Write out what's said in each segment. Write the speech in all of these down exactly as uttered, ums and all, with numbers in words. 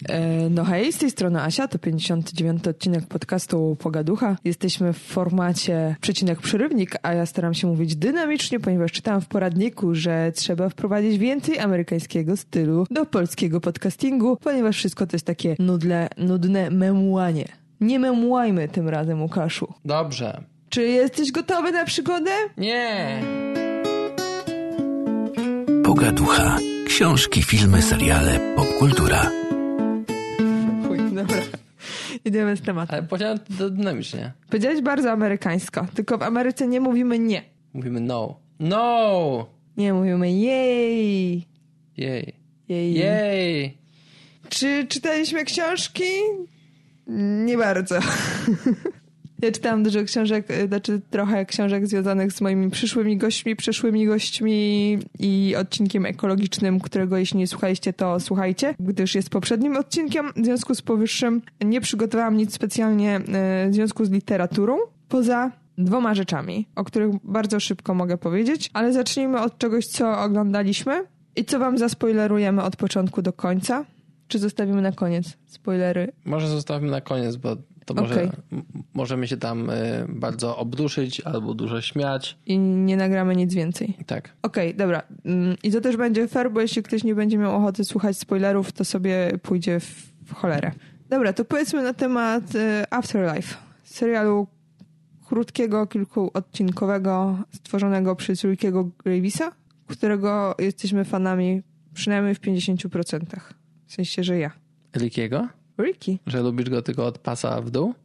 No hej, z tej strony Asia, to pięćdziesiąty dziewiąty odcinek podcastu Pogaducha. Jesteśmy w formacie przecinek przerywnik, a ja staram się mówić dynamicznie, ponieważ czytałam w poradniku, że trzeba wprowadzić więcej amerykańskiego stylu do polskiego podcastingu, ponieważ wszystko to jest takie nudne, nudne memułanie. Nie memułajmy tym razem, Łukaszu. Dobrze. Czy jesteś gotowy na przygodę? Nie. Pogaducha. Książki, filmy, seriale, popkultura. Chuj, dobra. Idziemy z tematem. Ale powiedziałem to dynamicznie. Powiedziałeś bardzo amerykańsko, tylko w Ameryce nie mówimy nie. Mówimy no. No! Nie mówimy jej. Jej. Jej. Jej. Czy czytaliśmy książki? Nie bardzo. Ja czytałam dużo książek, znaczy trochę książek związanych z moimi przyszłymi gośćmi, przyszłymi gośćmi i odcinkiem ekologicznym, którego jeśli nie słuchaliście, to słuchajcie, gdyż jest poprzednim odcinkiem. W związku z powyższym nie przygotowałam nic specjalnie w związku z literaturą, poza dwoma rzeczami, o których bardzo szybko mogę powiedzieć, ale zacznijmy od czegoś, co oglądaliśmy i co wam zaspoilerujemy od początku do końca. Czy zostawimy na koniec spoilery? Może zostawimy na koniec, bo to może Okay. m- możemy się tam y, bardzo obruszyć albo dużo śmiać. I nie nagramy nic więcej. Tak. Okej, okay, dobra. I to też będzie fair, bo jeśli ktoś nie będzie miał ochoty słuchać spoilerów, to sobie pójdzie w, w cholerę. Dobra, to powiedzmy na temat y, Afterlife. Serialu krótkiego, kilkuodcinkowego, stworzonego przez Rickiego Gravisa, którego jesteśmy fanami przynajmniej w pięćdziesięciu procentach. W sensie, że ja. Rickiego? Ricky. Że lubisz go tylko od pasa w dół?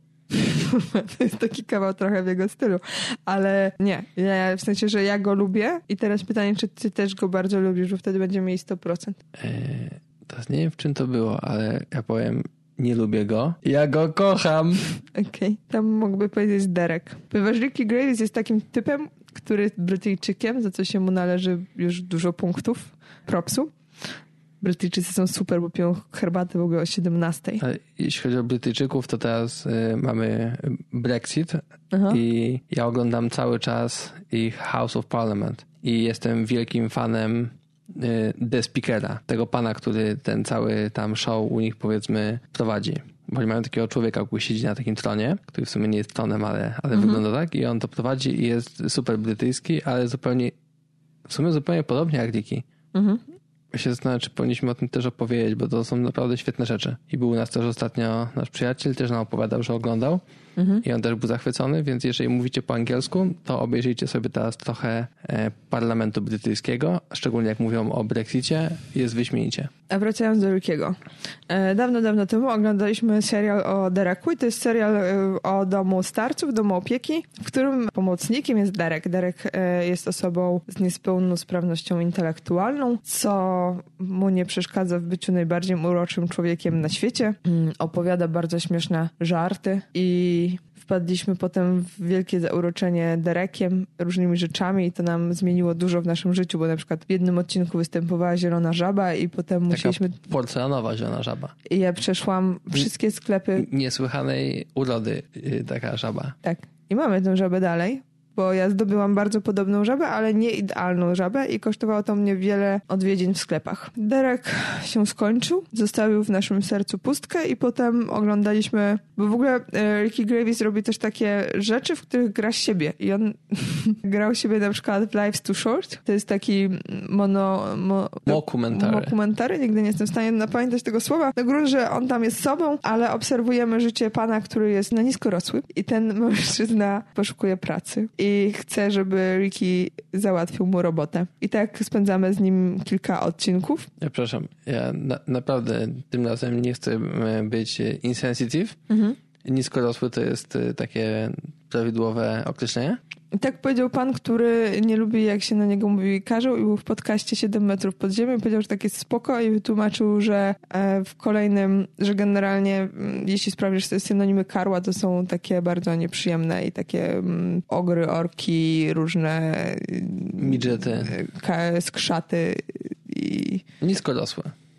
To jest taki kawał trochę w jego stylu. Ale nie. Ja, w sensie, że ja go lubię i teraz pytanie, czy ty też go bardzo lubisz, bo wtedy będziemy mieli sto procent. Yy, teraz nie wiem, w czym to było, ale ja powiem, nie lubię go. Ja go kocham. Okej. Okay. Tam mógłby powiedzieć Derek. Ponieważ Ricky Graves jest takim typem, który jest Brytyjczykiem, za co się mu należy już dużo punktów, propsu. Brytyjczycy są super, bo piją herbatę w ogóle o siedemnastej. Ale jeśli chodzi o Brytyjczyków, to teraz y, mamy Brexit. Aha. I ja oglądam cały czas ich House of Parliament i jestem wielkim fanem y, The Speakera, tego pana, który ten cały tam show u nich, powiedzmy, prowadzi. Bo oni mają takiego człowieka, który siedzi na takim tronie, który w sumie nie jest tronem, ale, ale mhm. wygląda tak, i on to prowadzi i jest super brytyjski, ale zupełnie, w sumie zupełnie podobnie jak Ricky. Mhm. Ja się zastanawiam, czy powinniśmy o tym też opowiedzieć, bo to są naprawdę świetne rzeczy. I był u nas też ostatnio nasz przyjaciel, też nam opowiadał, że oglądał. Mhm. I on też był zachwycony, więc jeżeli mówicie po angielsku, to obejrzyjcie sobie teraz trochę e, parlamentu brytyjskiego, szczególnie jak mówią o Brexicie, jest wyśmienicie. A wracając do Rickiego. E, dawno, dawno temu oglądaliśmy serial o Dereku i to jest serial e, o domu starców, domu opieki, w którym pomocnikiem jest Derek. Derek e, jest osobą z niepełnosprawnością intelektualną, co mu nie przeszkadza w byciu najbardziej uroczym człowiekiem na świecie. Mm, opowiada bardzo śmieszne żarty i wpadliśmy potem w wielkie zauroczenie Derekiem, różnymi rzeczami i to nam zmieniło dużo w naszym życiu, bo na przykład w jednym odcinku występowała zielona żaba i potem taka musieliśmy... porcelanowa zielona żaba. I ja przeszłam wszystkie sklepy... Niesłychanej urody taka żaba. Tak. I mamy tę żabę dalej, bo ja zdobyłam bardzo podobną żabę, ale nie idealną żabę i kosztowało to mnie wiele odwiedzin w sklepach. Derek się skończył, zostawił w naszym sercu pustkę i potem oglądaliśmy, bo w ogóle Ricky Graves robi też takie rzeczy, w których gra siebie i on grał siebie na przykład w Life's Too Short. To jest taki mono... Mo, Mockumentary. Mockumentary, nigdy nie jestem w stanie zapamiętać tego słowa. Na grunt, że on tam jest sobą, ale obserwujemy życie pana, który jest na niskorosły i ten mężczyzna poszukuje pracy. I I chce, żeby Ricky załatwił mu robotę. I tak spędzamy z nim kilka odcinków. Ja przepraszam, ja na, naprawdę tym razem nie chcę być insensitive. Mhm. Niskorosły to jest takie prawidłowe określenie? Tak powiedział pan, który nie lubi, jak się na niego mówi karzeł i był w podcaście siedem metrów pod ziemią i powiedział, że tak jest spoko i wytłumaczył, że w kolejnym, że generalnie jeśli sprawdzisz sobie synonimy karła, to są takie bardzo nieprzyjemne i takie um, ogry, orki, różne midżety, skrzaty i... niskorosłe.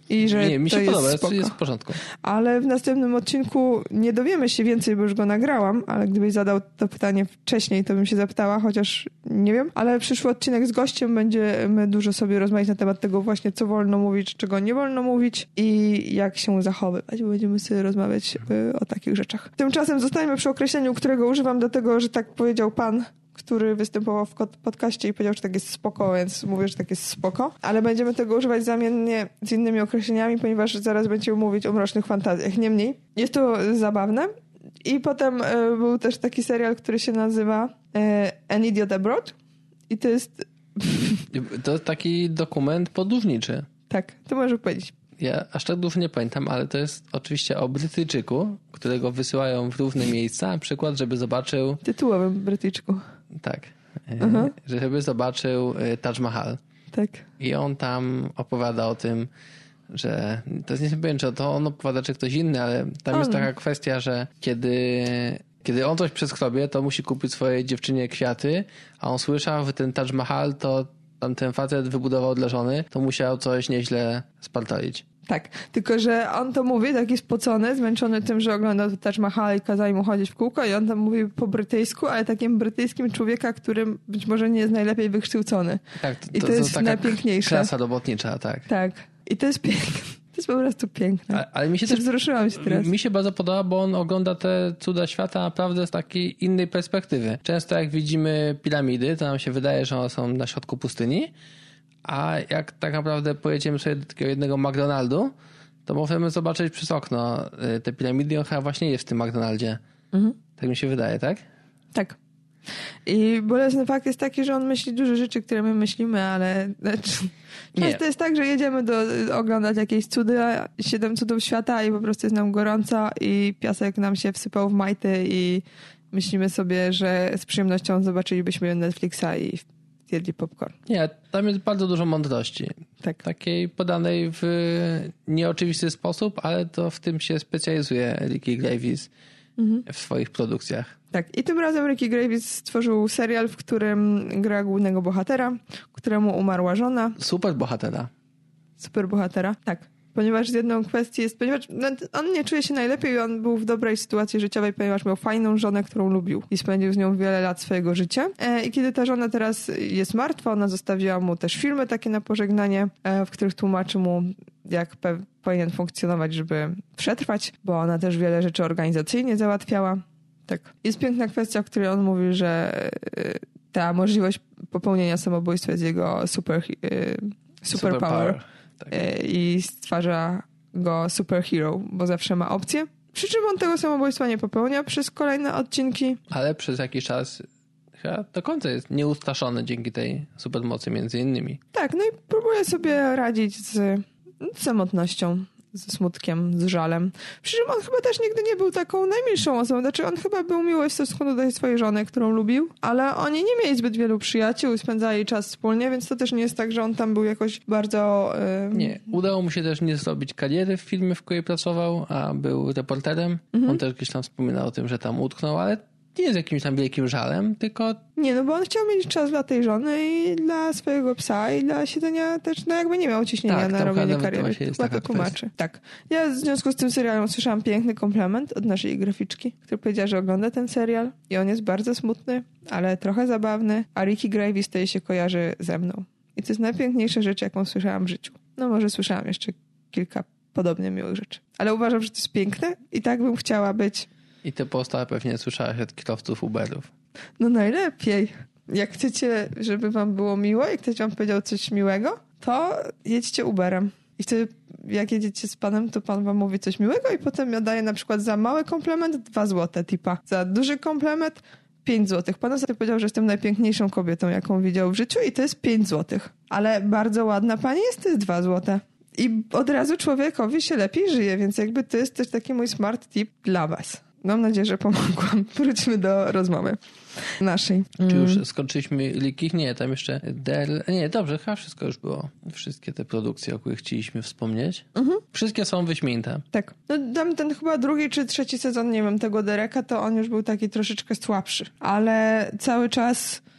I że nie, mi się to podoba, jest, spoko. jest w porządku. Ale w następnym odcinku nie dowiemy się więcej, bo już go nagrałam, ale gdybyś zadał to pytanie wcześniej, to bym się zapytała, chociaż nie wiem. Ale przyszły odcinek z gościem będziemy dużo sobie rozmawiać na temat tego właśnie, co wolno mówić, czego nie wolno mówić i jak się zachowywać, bo będziemy sobie rozmawiać y, o takich rzeczach. Tymczasem zostańmy przy określeniu, którego używam do tego, że tak powiedział pan, który występował w podcaście i powiedział, że tak jest spoko, więc mówię, że tak jest spoko. Ale będziemy tego używać zamiennie z innymi określeniami, ponieważ zaraz będziemy mówić o mrocznych fantazjach. Niemniej, jest to zabawne. I potem y, był też taki serial, który się nazywa y, An Idiot Abroad. I to jest... To jest taki dokument podróżniczy. Tak, to możesz powiedzieć. Ja aż tak dużo nie pamiętam, ale to jest oczywiście o Brytyjczyku, którego wysyłają w różne miejsca, na przykład, żeby zobaczył... Tytułowym Brytyjczyku. Tak. Uh-huh. Żeby zobaczył Taj Mahal. Tak. I on tam opowiada o tym, że to jest nie wiem, czy to on opowiada, czy ktoś inny, ale tam on. jest taka kwestia, że kiedy, kiedy on coś przeskrobię, to musi kupić swojej dziewczynie kwiaty, a on słyszał, że ten Taj Mahal to tam ten facet wybudował dla żony, to musiał coś nieźle spartolić. Tak, tylko że on to mówi, taki spocony, zmęczony tym, że oglądał Taj Mahal i kazali mu chodzić w kółko i on tam mówi po brytyjsku, ale takim brytyjskim człowieka, którym być może nie jest najlepiej wykształcony. Tak, to, I to, to jest taka najpiękniejsze. Klasa robotnicza, tak. Tak. I to jest piękne. To jest po prostu piękne. Ale, ale mi się też też wzruszyłam się teraz. Mi się bardzo podoba, bo on ogląda te cuda świata naprawdę z takiej innej perspektywy. Często jak widzimy piramidy, to nam się wydaje, że one są na środku pustyni, a jak tak naprawdę pojedziemy sobie do takiego jednego McDonaldu, to możemy zobaczyć przez okno te piramidy i on chyba właśnie jest w tym McDonaldzie. Mhm. Tak mi się wydaje, tak? Tak. I bolesny fakt jest taki, że on myśli dużo rzeczy, które my myślimy, ale często jest tak, że jedziemy do oglądać jakieś cuda, siedem cudów świata i po prostu jest nam gorąco i piasek nam się wsypał w majty i myślimy sobie, że z przyjemnością zobaczylibyśmy Netflixa i jedli popcorn. Nie, tam jest bardzo dużo mądrości. Tak. Takiej podanej w nieoczywisty sposób, ale to w tym się specjalizuje Ricky Gervais mhm. w swoich produkcjach. Tak. I tym razem Ricky Gervais stworzył serial, w którym gra głównego bohatera, któremu umarła żona. Super bohatera. Super bohatera, tak. Ponieważ z jedną kwestią jest, ponieważ on nie czuje się najlepiej i on był w dobrej sytuacji życiowej, ponieważ miał fajną żonę, którą lubił i spędził z nią wiele lat swojego życia. I kiedy ta żona teraz jest martwa, ona zostawiła mu też filmy takie na pożegnanie, w których tłumaczy mu, jak pe- powinien funkcjonować, żeby przetrwać, bo ona też wiele rzeczy organizacyjnie załatwiała. Tak. Jest piękna kwestia, w której on mówi, że ta możliwość popełnienia samobójstwa jest jego super, super, super power. Tak. I stwarza go superhero, bo zawsze ma opcję. Przy czym on tego samobójstwa nie popełnia przez kolejne odcinki. Ale przez jakiś czas chyba do końca jest nieustraszony dzięki tej supermocy między innymi. Tak, no i próbuje sobie radzić z, z samotnością, ze smutkiem, z żalem. Przy czym on chyba też nigdy nie był taką najmilszą osobą. Znaczy on chyba był miły w stosunku do swojej żony, którą lubił, ale oni nie mieli zbyt wielu przyjaciół, spędzali czas wspólnie, więc to też nie jest tak, że on tam był jakoś bardzo... Yy... Nie, udało mu się też nie zrobić kariery w filmie, w której pracował, a był reporterem. Mhm. On też gdzieś tam wspominał o tym, że tam utknął, ale nie jest jakimś tam wielkim żalem, tylko... Nie, no bo on chciał mieć czas dla tej żony i dla swojego psa i dla siedzenia też, no jakby nie miał ciśnienia tak, na robienie kariery. Chyba to tłumaczy. Tak. Ja w związku z tym serialem usłyszałam piękny komplement od naszej graficzki, która powiedziała, że ogląda ten serial i on jest bardzo smutny, ale trochę zabawny, a Ricky Gervais tej się kojarzy ze mną. I to jest najpiękniejsza rzecz, jaką słyszałam w życiu. No może słyszałam jeszcze kilka podobnie miłych rzeczy. Ale uważam, że to jest piękne i tak bym chciała być. I te pozostałe pewnie słyszałeś od kierowców Uberów. No najlepiej. Jak chcecie, żeby wam było miło i ktoś wam powiedział coś miłego, to jedźcie Uberem. I wtedy jak jedziecie z panem, to pan wam mówi coś miłego i potem ja daję na przykład za mały komplement dwa złote tipa. Za duży komplement pięć złotych. Pan ostatnio powiedział, że jestem najpiękniejszą kobietą, jaką widział w życiu i to jest pięć złotych. Ale bardzo ładna pani jest, to jest dwa złote. I od razu człowiekowi się lepiej żyje, więc jakby to jest też taki mój smart tip dla was. Mam nadzieję, że pomogłam. Wróćmy do rozmowy naszej. Czy już skończyliśmy Likich? Nie, tam jeszcze Del... Nie, dobrze, chyba wszystko już było. Wszystkie te produkcje, o których chcieliśmy wspomnieć. Mhm. Wszystkie są wyśmienite. Tak. No tam ten chyba drugi czy trzeci sezon, nie wiem, tego Dereka, to on już był taki troszeczkę słabszy. Ale cały czas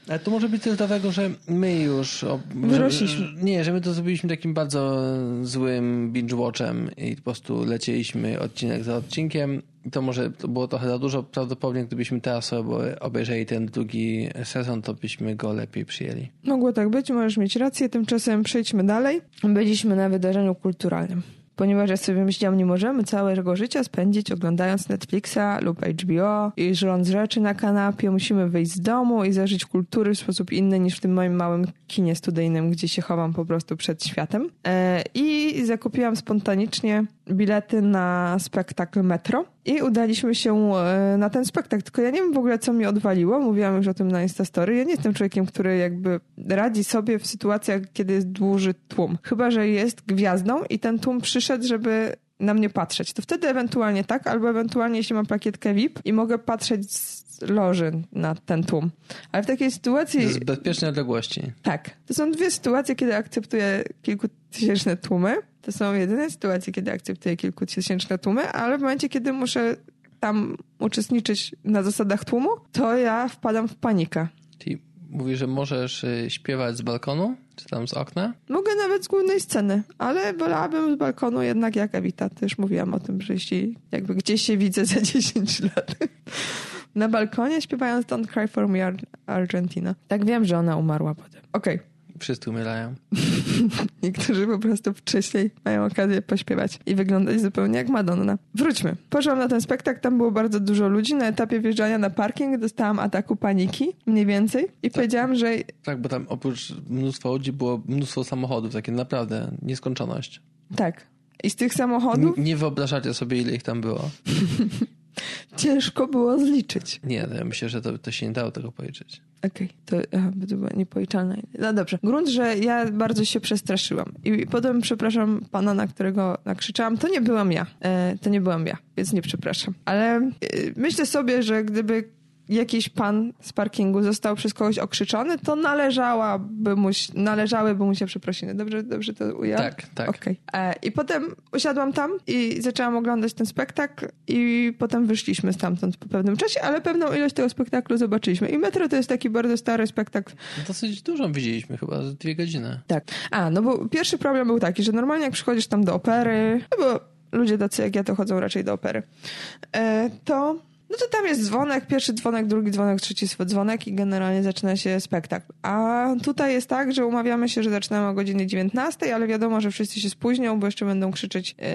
Ale to może być tyle dlatego, że my już... Wyrośliśmy. Że, nie, że my to zrobiliśmy takim bardzo złym binge-watchem i po prostu lecieliśmy odcinek za odcinkiem. I to może to było trochę za dużo. Prawdopodobnie gdybyśmy teraz obejrzeli ten drugi sezon, to byśmy go lepiej przyjęli. Mogło tak być, możesz mieć rację. Tymczasem przejdźmy dalej. Byliśmy na wydarzeniu kulturalnym. Ponieważ ja sobie myślałam, nie możemy całego życia spędzić oglądając Netflixa lub H B O i żrąc rzeczy na kanapie. Musimy wyjść z domu i zażyć kultury w sposób inny niż w tym moim małym kinie studyjnym, gdzie się chowam po prostu przed światem. E, I zakupiłam spontanicznie bilety na spektakl Metro i udaliśmy się na ten spektakl. Tylko ja nie wiem w ogóle, co mi odwaliło. Mówiłam już o tym na Instastory. Ja nie jestem człowiekiem, który jakby radzi sobie w sytuacjach, kiedy jest duży tłum. Chyba że jest gwiazdą i ten tłum przyszedł, żeby na mnie patrzeć. To wtedy ewentualnie tak, albo ewentualnie jeśli mam plakietkę V I P i mogę patrzeć z loży na ten tłum. Ale w takiej sytuacji... Z bezpiecznej odległości. Tak. To są dwie sytuacje, kiedy akceptuję kilkutysięczne tłumy. To są jedyne sytuacje, kiedy akceptuję kilkutysięczne tłumy, ale w momencie, kiedy muszę tam uczestniczyć na zasadach tłumu, to ja wpadam w panikę. Czyli mówisz, że możesz śpiewać z balkonu? Czy tam z okna? Mogę nawet z głównej sceny, ale wolałabym z balkonu jednak jak Evita. Też mówiłam o tym, że jeśli jakby gdzieś się widzę za dziesięć lat na balkonie śpiewając Don't Cry For Me Ar- Argentina. Tak wiem, że ona umarła potem. Okej. Okay. Wszyscy umierają. Niektórzy po prostu wcześniej mają okazję pośpiewać i wyglądać zupełnie jak Madonna. Wróćmy. Poszłam na ten spektakl, tam było bardzo dużo ludzi. Na etapie wjeżdżania na parking dostałam ataku paniki, mniej więcej. I tak, powiedziałam, że... Tak, bo tam oprócz mnóstwa ludzi było mnóstwo samochodów, takie naprawdę nieskończoność. Tak. I z tych samochodów... N- nie wyobrażacie sobie, ile ich tam było. Ciężko było zliczyć. Nie, no ja myślę, że to, to się nie dało tego policzyć. Okej, okay, to, aha, to było niepoliczalne. No dobrze. Grunt, że ja bardzo się przestraszyłam. I potem przepraszam pana, na którego nakrzyczałam. To nie byłam ja. E, to nie byłam ja, więc nie przepraszam. Ale e, myślę sobie, że gdyby jakiś pan z parkingu został przez kogoś okrzyczony, to należałaby mu, należałyby mu się przeprosiny. Dobrze, dobrze to ujęłam? Tak, tak. Okay. E, I potem usiadłam tam i zaczęłam oglądać ten spektakl i potem wyszliśmy stamtąd po pewnym czasie, ale pewną ilość tego spektaklu zobaczyliśmy. I Metro to jest taki bardzo stary spektakl. Dosyć dużo widzieliśmy, chyba z dwie godziny. Tak. A, no bo pierwszy problem był taki, że normalnie jak przychodzisz tam do opery, no bo ludzie tacy jak ja to chodzą raczej do opery, e, to no to tam jest dzwonek, pierwszy dzwonek, drugi dzwonek, trzeci dzwonek i generalnie zaczyna się spektakl. A tutaj jest tak, że umawiamy się, że zaczynamy o godzinie dziewiętnastej, ale wiadomo, że wszyscy się spóźnią, bo jeszcze będą krzyczeć yy,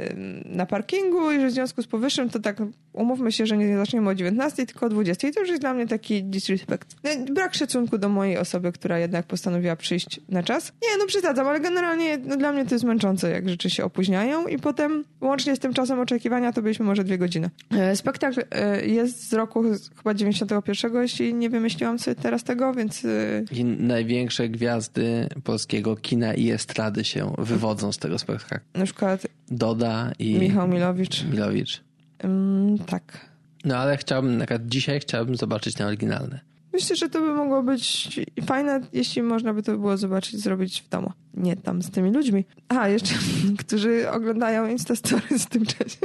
na parkingu i że w związku z powyższym to tak umówmy się, że nie zaczniemy o dziewiętnastej, tylko o dwudziestej. I to już jest dla mnie taki disrespect. Brak szacunku do mojej osoby, która jednak postanowiła przyjść na czas. Nie, no przesadzam, ale generalnie no, dla mnie to jest męczące, jak rzeczy się opóźniają i potem łącznie z tym czasem oczekiwania to byliśmy może dwie godziny. Yy, spektakl yy, jest z roku chyba dziewięćdziesiątego pierwszego, jeśli nie wymyśliłam sobie teraz tego, więc... I największe gwiazdy polskiego kina i estrady się wywodzą z tego spektaklu. Na przykład Doda i... Michał Milowicz. Milowicz. Um, tak. No ale chciałbym, na przykład dzisiaj chciałbym zobaczyć te oryginalne. Myślę, że to by mogło być fajne, jeśli można by to było zobaczyć, zrobić w domu. Nie tam z tymi ludźmi. A, jeszcze, którzy oglądają Instastory w tym czasie.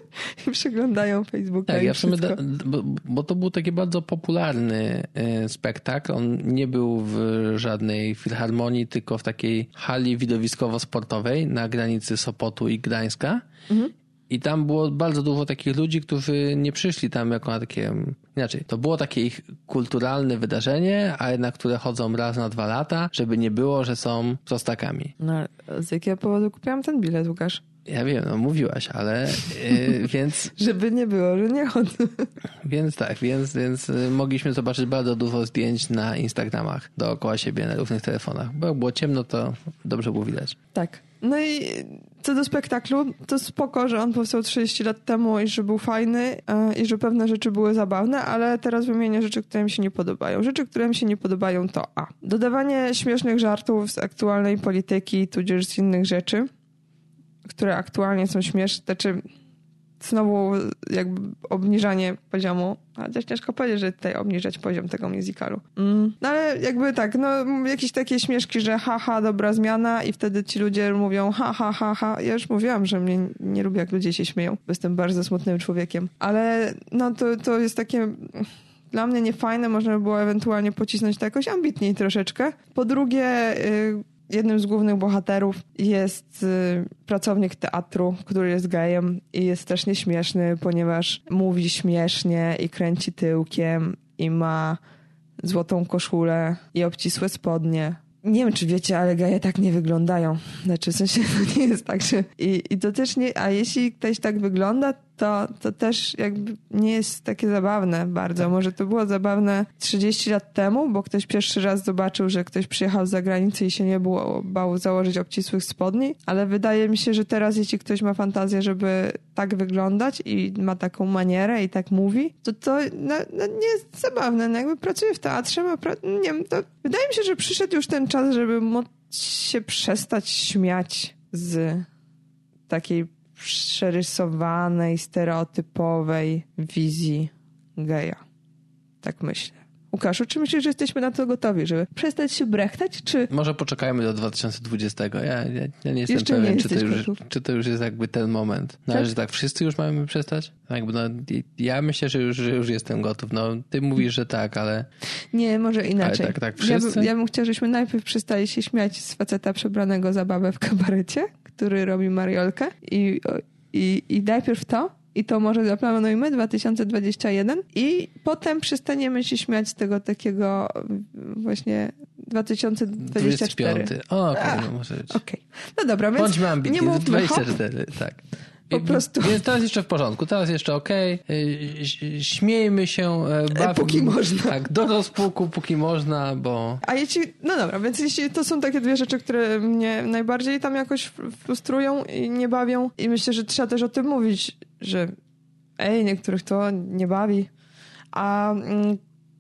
I przeglądają Facebooka tak, i ja w sumie wszystko. da, bo, bo to był taki bardzo popularny y, spektakl. On nie był w żadnej filharmonii, tylko w takiej hali widowiskowo-sportowej na granicy Sopotu i Gdańska. Mhm. I tam było bardzo dużo takich ludzi, którzy nie przyszli tam jako na takie... Inaczej, to było takie ich kulturalne wydarzenie, a jednak które chodzą raz na dwa lata, żeby nie było, że są prostakami. No, z jakiego powodu kupiłam ten bilet, Łukasz? Ja wiem, no mówiłaś, ale yy, więc... Żeby nie było, że nie chodzę. Więc tak, więc, więc mogliśmy zobaczyć bardzo dużo zdjęć na Instagramach dookoła siebie, na różnych telefonach. Bo jak było ciemno, to dobrze było widać. Tak. No i co do spektaklu, to spoko, że on powstał trzydzieści lat temu i że był fajny yy, i że pewne rzeczy były zabawne, ale teraz wymienię rzeczy, które mi się nie podobają. Rzeczy, które mi się nie podobają to a. Dodawanie śmiesznych żartów z aktualnej polityki, tudzież z innych rzeczy, które aktualnie są śmieszne, znaczy znowu jakby obniżanie poziomu, chociaż ciężko powiedzieć, że tutaj obniżać poziom tego musicalu. Mm. No ale jakby tak, no jakieś takie śmieszki, że haha, dobra zmiana i wtedy ci ludzie mówią ha, ha, ha, ha. Ja już mówiłam, że mnie nie lubię, jak ludzie się śmieją, bo jestem bardzo smutnym człowiekiem. Ale no to, to jest takie... dla mnie niefajne, można by było ewentualnie pocisnąć to jakoś ambitniej troszeczkę. Po drugie, jednym z głównych bohaterów jest pracownik teatru, który jest gejem i jest też nieśmieszny, ponieważ mówi śmiesznie i kręci tyłkiem i ma złotą koszulę i obcisłe spodnie. Nie wiem, czy wiecie, ale geje tak nie wyglądają. Znaczy, w sensie to nie jest tak, że... I, i to też nie... A jeśli ktoś tak wygląda, to, to też jakby nie jest takie zabawne bardzo. Może to było zabawne trzydzieści lat temu, bo ktoś pierwszy raz zobaczył, że ktoś przyjechał z zagranicy i się nie było, bał założyć obcisłych spodni, ale wydaje mi się, że teraz jeśli ktoś ma fantazję, żeby tak wyglądać i ma taką manierę i tak mówi, to to no, no nie jest zabawne. No jakby pracuje w teatrze, ma pra... nie wiem, to wydaje mi się, że przyszedł już ten czas, żeby móc się przestać śmiać z takiej przerysowanej, stereotypowej wizji geja. Tak myślę. Łukaszu, czy myślisz, że jesteśmy na to gotowi, żeby przestać się brechtać, czy... Może poczekajmy do dwa tysiące dwudziestego. Ja, ja, ja nie jestem Jeszcze pewien, nie czy, to już, gotów. czy to już jest jakby ten moment. No, tak? ale że tak wszyscy już mamy przestać? Jakby no, ja myślę, że już, że już jestem gotów. No, ty mówisz, że tak, ale... Nie, może inaczej. Ale tak, tak, ja, wszyscy? by, ja bym chciał, żebyśmy najpierw przestali się śmiać z faceta przebranego za babę w kabarecie, który robi mariolkę i, i, i najpierw to, i to może zaplanujmy dwa tysiące dwudziesty pierwszy i potem przestaniemy się śmiać z tego takiego właśnie dwa tysiące dwudziestego czwartego. dwudziesty piąty. O, okej, okay, no może być. Okej. Okay. No dobra, więc bądźmy ambitni. nie mówmy dwadzieścia cztery, tak. Po prostu. Więc teraz jeszcze w porządku, teraz jeszcze okej. Okay. Śmiejmy się. Baw... Póki można. Tak, do rozpuku, póki można, bo... A jeśli, no dobra, więc jeśli to są takie dwie rzeczy, które mnie najbardziej tam jakoś frustrują i nie bawią i myślę, że trzeba też o tym mówić, że ej, niektórych to nie bawi. A mm,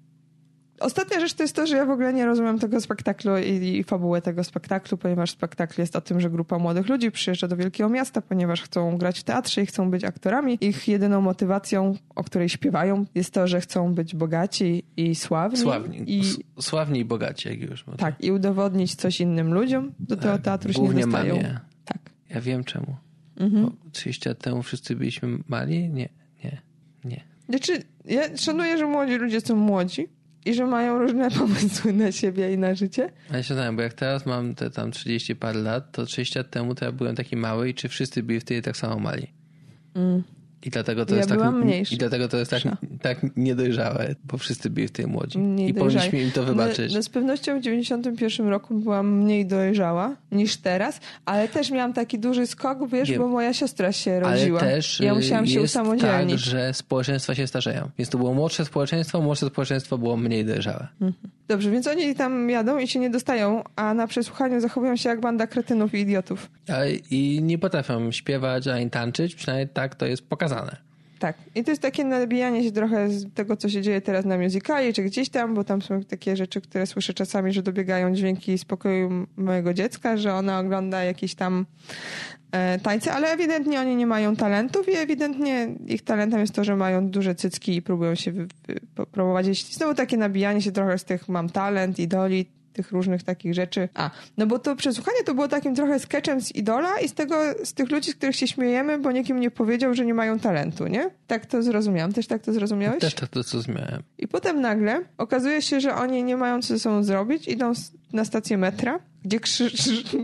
ostatnia rzecz to jest to, że ja w ogóle nie rozumiem tego spektaklu i, i fabuły tego spektaklu, ponieważ spektakl jest o tym, że grupa młodych ludzi przyjeżdża do wielkiego miasta, ponieważ chcą grać w teatrze i chcą być aktorami. Ich jedyną motywacją, o której śpiewają, jest to, że chcą być bogaci i sławni. Sławni. I, sławni i bogaci, jak już. Może. Tak, i udowodnić coś innym ludziom. Do tego tak, teatru się nie dostają. Mamie. Tak. Ja wiem czemu. Mhm. Bo trzydzieści lat temu wszyscy byliśmy mali? Nie, nie, nie. Znaczy, ja szanuję, że młodzi ludzie są młodzi i że mają różne pomysły na siebie i na życie. Ale ja się znam, bo jak teraz mam te tam trzydzieści parę lat, to trzydzieści lat temu to ja byłem taki mały i czy wszyscy byli wtedy tak samo mali? Mm. I dlatego to ja jest tak, mniejsza. I dlatego to jest tak, tak niedojrzałe, bo wszyscy byli wtedy młodzi. Nie I dojrzali. powinniśmy im to wybaczyć. No, no z pewnością w dziewięćdziesiątym pierwszym roku byłam mniej dojrzała niż teraz, ale też miałam taki duży skok, wiesz, Wiem. bo moja siostra się rodziła. Ale też ja musiałam się jest usamodzielnić. tak, że społeczeństwa się starzeją. Więc to było młodsze społeczeństwo, młodsze społeczeństwo było mniej dojrzałe. Mhm. Dobrze, więc oni tam jadą i się nie dostają, a na przesłuchaniu zachowują się jak banda kretynów i idiotów. Ale i nie potrafią śpiewać ani tańczyć, przynajmniej tak to jest pokazane. Tak. I to jest takie nabijanie się trochę z tego, co się dzieje teraz na musicali, czy gdzieś tam, bo tam są takie rzeczy, które słyszę czasami, że dobiegają dźwięki z pokoju mojego dziecka, że ona ogląda jakieś tam e, tańce, ale ewidentnie oni nie mają talentów i ewidentnie ich talentem jest to, że mają duże cycki i próbują się wy, wy, prowadzić. Znowu takie nabijanie się trochę z tych mam talent, idoli, tych różnych takich rzeczy. A, no bo to przesłuchanie to było takim trochę sketchem z Idola i z tego, z tych ludzi, z których się śmiejemy, bo nikt im nie powiedział, że nie mają talentu, nie? Tak to zrozumiałam. Też tak to zrozumiałeś? Też tak to zrozumiałem. I potem nagle okazuje się, że oni nie mają co ze sobą zrobić, idą na stację metra, gdzie krzyż...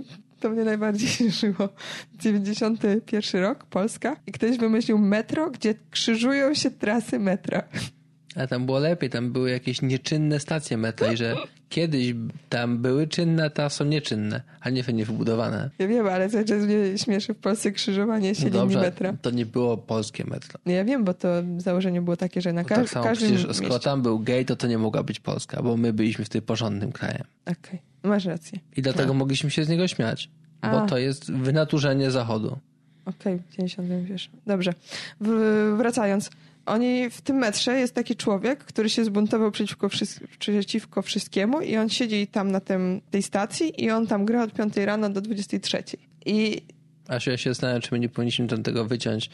To mnie najbardziej cieszyło. dziewięćdziesiąty pierwszy rok, Polska. I ktoś wymyślił metro, gdzie krzyżują się trasy metra. Ale tam było lepiej, tam były jakieś nieczynne stacje metra i że kiedyś tam były czynne, a teraz są nieczynne, a nie, nie wybudowane. Ja wiem, ale cały czas mnie śmieszy w Polsce krzyżowanie się no linii metra. To nie było polskie metro. Ja wiem, bo to założenie było takie, że na ka- tak samo, każdym przecież, skoro mieście. tam był gej, to to nie mogła być Polska, bo my byliśmy wtedy porządnym krajem. Okej, okay. Masz rację. I dlatego a. mogliśmy się z niego śmiać, a. bo to jest wynaturzenie Zachodu. Okej, okay, dziewięćdziesiątym pierwszym. Dobrze. W- wracając. Oni w tym metrze jest taki człowiek, który się zbuntował przeciwko, wszy- przeciwko wszystkiemu i on siedzi tam na tym, tej stacji i on tam gra od piątej rano do dwudziestej trzeciej. I... Asiu, ja się zastanawiam, czy my nie powinniśmy tam tego wyciąć,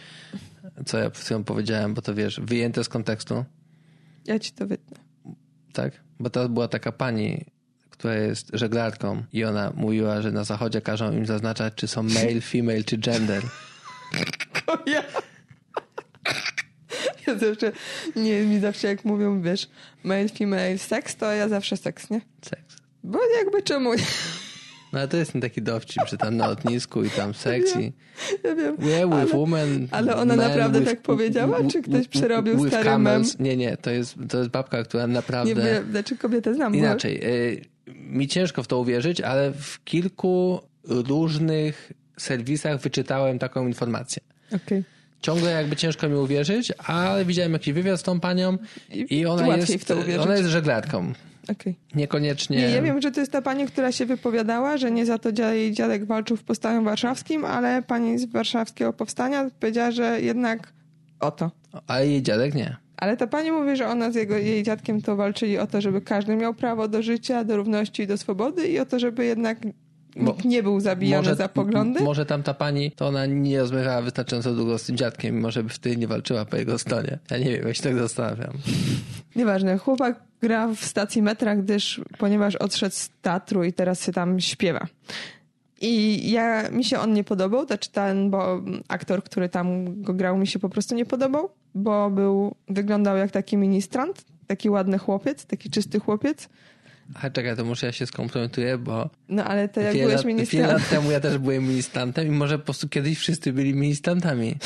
co ja przed chwilą powiedziałem, bo to wiesz, wyjęte z kontekstu. Ja ci to wytnę. Tak? Bo to była taka pani, która jest żeglarką i ona mówiła, że na zachodzie każą im zaznaczać, czy są male, female, czy gender. To ja... Ja zawsze, nie, mi zawsze jak mówią, wiesz, male, female, seks, to ja zawsze seks, nie? Seks. Bo jakby czemu nie? No ale to jest ten taki dowcip, że tam na lotnisku i tam seks i... Ja wiem, Yeah, with ale, woman, ale ona man, naprawdę with, tak powiedziała, czy ktoś przerobił with stary camels. mem? Nie, nie, to jest, to jest babka, która naprawdę... Nie wiem, znaczy kobietę znam. Inaczej, bo... mi ciężko w to uwierzyć, ale w kilku różnych serwisach wyczytałem taką informację. Okay. Ciągle jakby ciężko mi uwierzyć, ale widziałem jakiś wywiad z tą panią i, i ona, jest, ona jest żeglarką. Okay. Niekoniecznie... Nie, ja wiem, że to jest ta pani, która się wypowiadała, że nie za to jej dziadek walczył w Powstaniu Warszawskim, ale pani z warszawskiego powstania powiedziała, że jednak o to. A jej dziadek nie. Ale ta pani mówi, że ona z jego, jej dziadkiem to walczyli o to, żeby każdy miał prawo do życia, do równości i do swobody i o to, żeby jednak nikt nie był zabijany może, za poglądy. Może tam ta pani, to ona nie rozmawiała wystarczająco długo z tym dziadkiem i może by wtedy nie walczyła po jego stronie. Ja nie wiem, ja się tak zastanawiam. Nieważne, chłopak gra w stacji metra, gdyż, ponieważ odszedł z teatru i teraz się tam śpiewa. I ja, mi się on nie podobał, znaczy ten, bo aktor, który tam go grał, mi się po prostu nie podobał, bo był, wyglądał jak taki ministrant, taki ładny chłopiec, taki czysty chłopiec. A czekaj, to może ja się skompromituję, bo... No ale to jak wiele byłeś lat, ministrantem... Wiele lat temu ja też byłem ministrantem i może po prostu kiedyś wszyscy byli ministrantami.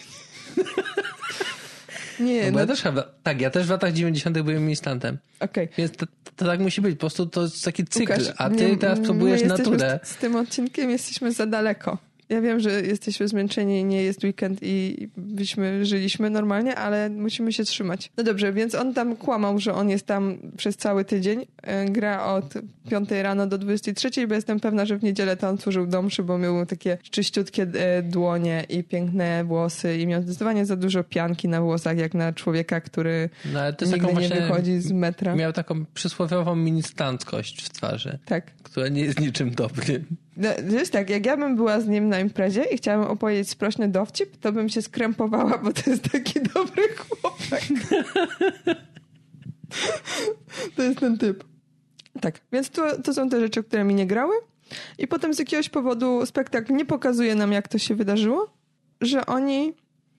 Nie, no, no. ja też chyba, tak, ja też w latach dziewięćdziesiątych byłem ministrantem. Okay. Więc to, to tak musi być, po prostu to jest taki cykl, Łukasz, a ty nie, teraz próbujesz naturę. Z, z tym odcinkiem jesteśmy za daleko. Ja wiem, że jesteśmy zmęczeni, nie jest weekend i byśmy żyliśmy normalnie, ale musimy się trzymać. No dobrze, więc on tam kłamał, że on jest tam przez cały tydzień. Gra od piątej rano do dwudziestej trzeciej, bo jestem pewna, że w niedzielę to on służył do mszy, bo miał takie czyściutkie dłonie i piękne włosy i miał zdecydowanie za dużo pianki na włosach, jak na człowieka, który no, ale to nigdy nie wychodzi z metra. Miał taką przysłowiową ministrantkość w twarzy, tak. która nie jest niczym dobrym. No, wiesz tak, jak ja bym była z nim na imprezie i chciałabym opowiedzieć sprośny dowcip, to bym się skrępowała, bo to jest taki dobry chłopak. To jest ten typ. Tak, więc to, to są te rzeczy, które mi nie grały. I potem z jakiegoś powodu spektakl nie pokazuje nam, jak to się wydarzyło, że oni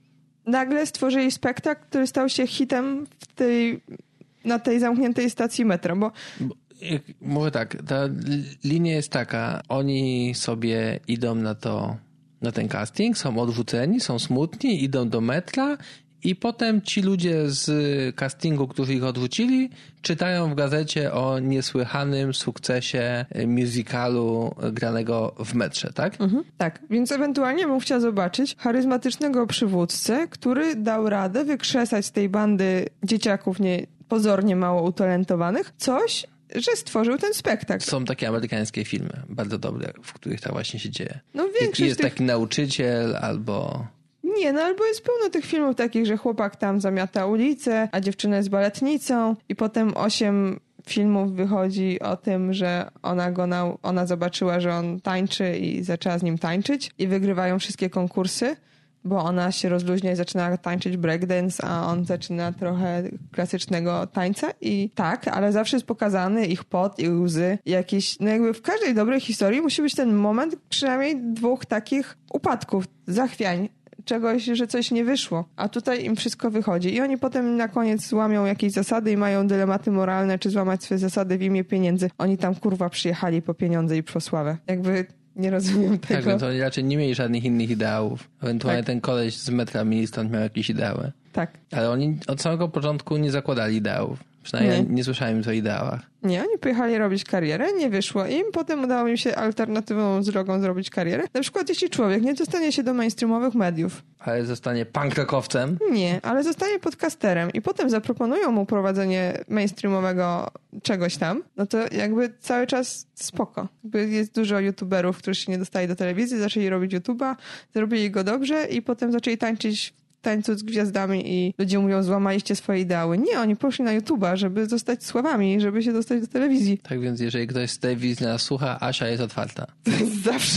nagle stworzyli spektakl, który stał się hitem w tej, na tej zamkniętej stacji metra, bo... bo... Mówię tak, ta linia jest taka, oni sobie idą na to, na ten casting, są odrzuceni, są smutni, idą do metra i potem ci ludzie z castingu, którzy ich odrzucili, czytają w gazecie o niesłychanym sukcesie musicalu granego w metrze, tak? Mhm, tak, więc ewentualnie bym chciała zobaczyć charyzmatycznego przywódcę, który dał radę wykrzesać z tej bandy dzieciaków nie, pozornie mało utalentowanych coś, że stworzył ten spektakl. Są takie amerykańskie filmy, bardzo dobre, w których tak właśnie się dzieje. No większość jest tych... taki nauczyciel albo... Nie, no albo jest pełno tych filmów takich, że chłopak tam zamiata ulicę, a dziewczyna jest baletnicą i potem osiem filmów wychodzi o tym, że ona go nau... ona zobaczyła, że on tańczy i zaczęła z nim tańczyć i wygrywają wszystkie konkursy, bo ona się rozluźnia i zaczyna tańczyć breakdance, a on zaczyna trochę klasycznego tańca i tak, ale zawsze jest pokazany ich pot, ich łzy, jakieś, no jakby w każdej dobrej historii musi być ten moment przynajmniej dwóch takich upadków, zachwiań, czegoś, że coś nie wyszło, a tutaj im wszystko wychodzi i oni potem na koniec złamią jakieś zasady i mają dylematy moralne, czy złamać swoje zasady w imię pieniędzy. Oni tam kurwa przyjechali po pieniądze i po sławę. Jakby nie rozumiem tego. Tak, więc oni raczej nie mieli żadnych innych ideałów. Ewentualnie tak. Ten koleś z metra ministrant miał jakieś ideały. Tak. Ale oni od samego początku nie zakładali ideałów. Przynajmniej nie, nie słyszałem nic o ideałach. Nie, oni pojechali robić karierę, nie wyszło im, potem udało im się alternatywną drogą zrobić karierę. Na przykład jeśli człowiek nie dostanie się do mainstreamowych mediów. Ale zostanie punk rockowcem? Nie, ale zostanie podcasterem i potem zaproponują mu prowadzenie mainstreamowego czegoś tam, no to jakby cały czas spoko. Jakby jest dużo youtuberów, którzy się nie dostali do telewizji, zaczęli robić YouTube'a, zrobili go dobrze i potem zaczęli tańczyć tańcu z gwiazdami i ludzie mówią, złamaliście swoje ideały. Nie, oni poszli na YouTube'a, żeby zostać sławami, żeby się dostać do telewizji. Tak więc jeżeli ktoś z telewizji nas słucha, Asia jest otwarta. Zawsze.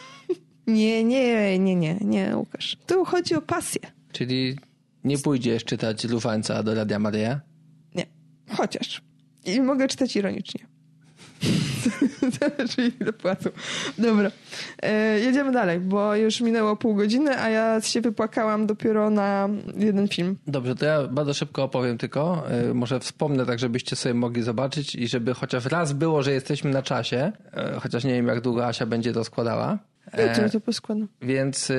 Nie, nie, nie, nie, nie, Łukasz. Tu chodzi o pasję. Czyli nie pójdziesz czytać Lufańca do Radia Maryja? Nie, chociaż. I mogę czytać ironicznie. Zależy ile płacą. Dobra. E, jedziemy dalej, bo już minęło pół godziny, a ja się wypłakałam dopiero na jeden film. Dobrze, to ja bardzo szybko opowiem tylko. E, może wspomnę tak, żebyście sobie mogli zobaczyć i żeby chociaż raz było, że jesteśmy na czasie. E, chociaż nie wiem, jak długo Asia będzie to składała. E, ja to poskładam. Więc e,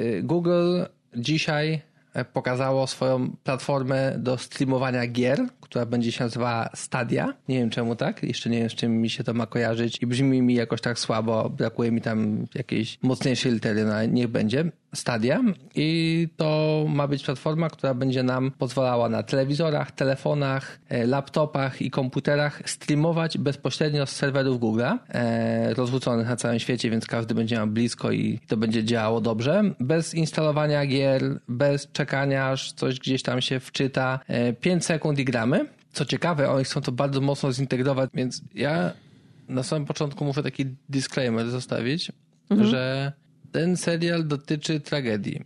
Google dzisiaj pokazało swoją platformę do streamowania gier, która będzie się nazywała Stadia. Nie wiem czemu tak, jeszcze nie wiem z czym mi się to ma kojarzyć i brzmi mi jakoś tak słabo, brakuje mi tam jakiejś mocniejszej litery, no ale niech będzie. Stadia i to ma być platforma, która będzie nam pozwalała na telewizorach, telefonach, laptopach i komputerach streamować bezpośrednio z serwerów Google'a, e, rozrzuconych na całym świecie, więc każdy będzie miał blisko i to będzie działało dobrze. Bez instalowania gier, bez czekania, aż coś gdzieś tam się wczyta. E, pięć sekund i gramy. Co ciekawe, oni chcą to bardzo mocno zintegrować, więc ja na samym początku muszę taki disclaimer zostawić, mhm. że ten serial dotyczy tragedii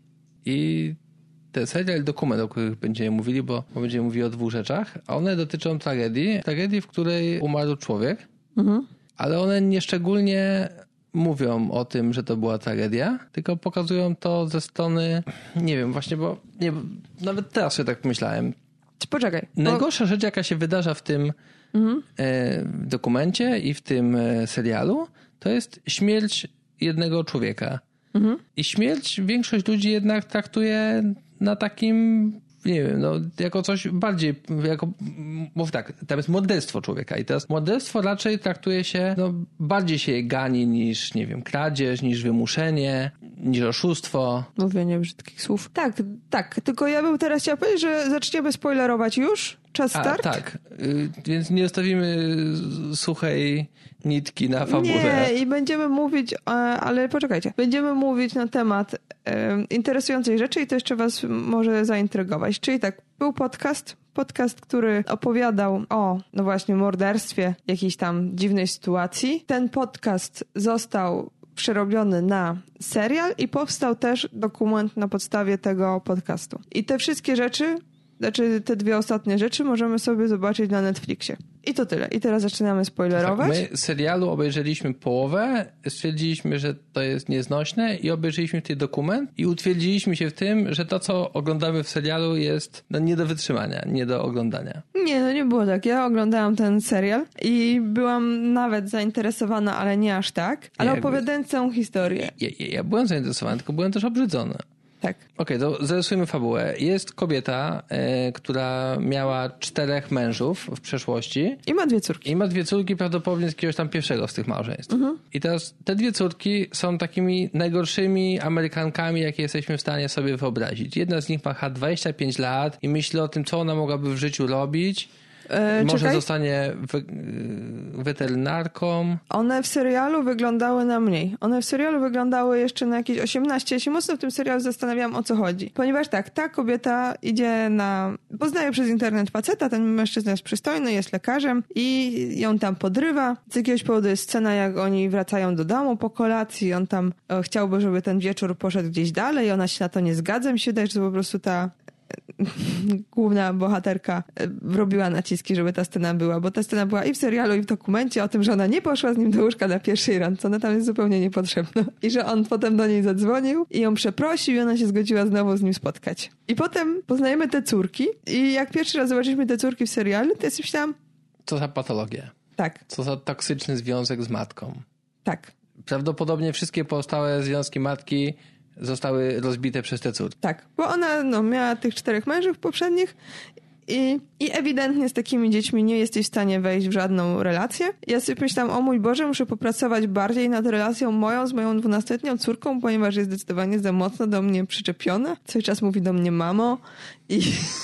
i ten serial dokument, o których będziemy mówili, bo, bo będziemy mówili o dwóch rzeczach, a one dotyczą tragedii, tragedii, w której umarł człowiek, mhm. ale one nie szczególnie mówią o tym, że to była tragedia, tylko pokazują to ze strony, nie wiem, właśnie, bo nie, nawet teraz sobie tak pomyślałem. Poczekaj. Najgorsza bo... rzecz, jaka się wydarza w tym mhm. e, dokumencie i w tym e, serialu, to jest śmierć jednego człowieka. Mhm. I śmierć większość ludzi jednak traktuje na takim, nie wiem, no, jako coś bardziej, jako, mów tak, tam jest morderstwo człowieka i teraz morderstwo raczej traktuje się, no, bardziej się je gani niż, nie wiem, kradzież, niż wymuszenie, niż oszustwo. Mówienie brzydkich słów. Tak, tak, tylko ja bym teraz chciała powiedzieć, że zaczniemy spoilerować już. Czas start? A, tak, y, więc nie zostawimy suchej nitki na fabule. Nie, i będziemy mówić, ale poczekajcie, będziemy mówić na temat e, interesującej rzeczy i to jeszcze was może zaintrygować. Czyli tak, był podcast, podcast, który opowiadał o, no właśnie, morderstwie, jakiejś tam dziwnej sytuacji. Ten podcast został przerobiony na serial i powstał też dokument na podstawie tego podcastu. I te wszystkie rzeczy, znaczy te dwie ostatnie rzeczy możemy sobie zobaczyć na Netflixie. I to tyle. I teraz zaczynamy spoilerować. Tak, my serialu obejrzeliśmy połowę, stwierdziliśmy, że to jest nieznośne i obejrzeliśmy ten dokument i utwierdziliśmy się w tym, że to, co oglądamy w serialu jest no, nie do wytrzymania, nie do oglądania. Nie, no nie było tak. Ja oglądałam ten serial i byłam nawet zainteresowana, ale nie aż tak. Ale nie, opowiadając całą historię. Ja, ja, ja byłem zainteresowany, tylko byłem też obrzydzony. Tak. Okej, okay, to zarysujmy fabułę. Jest kobieta, e, która miała czterech mężów w przeszłości. I ma dwie córki. I ma dwie córki prawdopodobnie z jakiegoś tam pierwszego z tych małżeństw. Mhm. I teraz te dwie córki są takimi najgorszymi Amerykankami, jakie jesteśmy w stanie sobie wyobrazić. Jedna z nich ma dwadzieścia pięć lat i myśli o tym, co ona mogłaby w życiu robić. E, Może czekaj. zostanie we, weterynarką. One w serialu wyglądały na mniej. One w serialu wyglądały jeszcze na jakieś osiemnaście. Ja się mocno w tym serialu zastanawiałam, o co chodzi. Ponieważ tak, ta kobieta idzie na... Poznaje przez internet faceta, ten mężczyzna jest przystojny, jest lekarzem i ją tam podrywa. Z jakiegoś powodu jest scena, jak oni wracają do domu po kolacji. On tam e, chciałby, żeby ten wieczór poszedł gdzieś dalej. Ona się na to nie zgadza. Mi się wydaje, że to po prostu ta... główna bohaterka robiła naciski, żeby ta scena była, bo ta scena była i w serialu, i w dokumencie o tym, że ona nie poszła z nim do łóżka na pierwszej randce. Ona tam jest zupełnie niepotrzebna. I że on potem do niej zadzwonił i ją przeprosił i ona się zgodziła znowu z nim spotkać. I potem poznajemy te córki i jak pierwszy raz zobaczyliśmy te córki w serialu, to ja sobie myślałam... Co za patologia. Tak. Co za toksyczny związek z matką. Tak. Prawdopodobnie wszystkie pozostałe związki matki zostały rozbite przez te córki. Tak, bo ona no, miała tych czterech mężów poprzednich i, i ewidentnie z takimi dziećmi nie jesteś w stanie wejść w żadną relację. Ja sobie myślałam, o mój Boże, muszę popracować bardziej nad relacją moją z moją dwunastoletnią córką, ponieważ jest zdecydowanie za mocno do mnie przyczepiona. Cały czas mówi do mnie mamo i...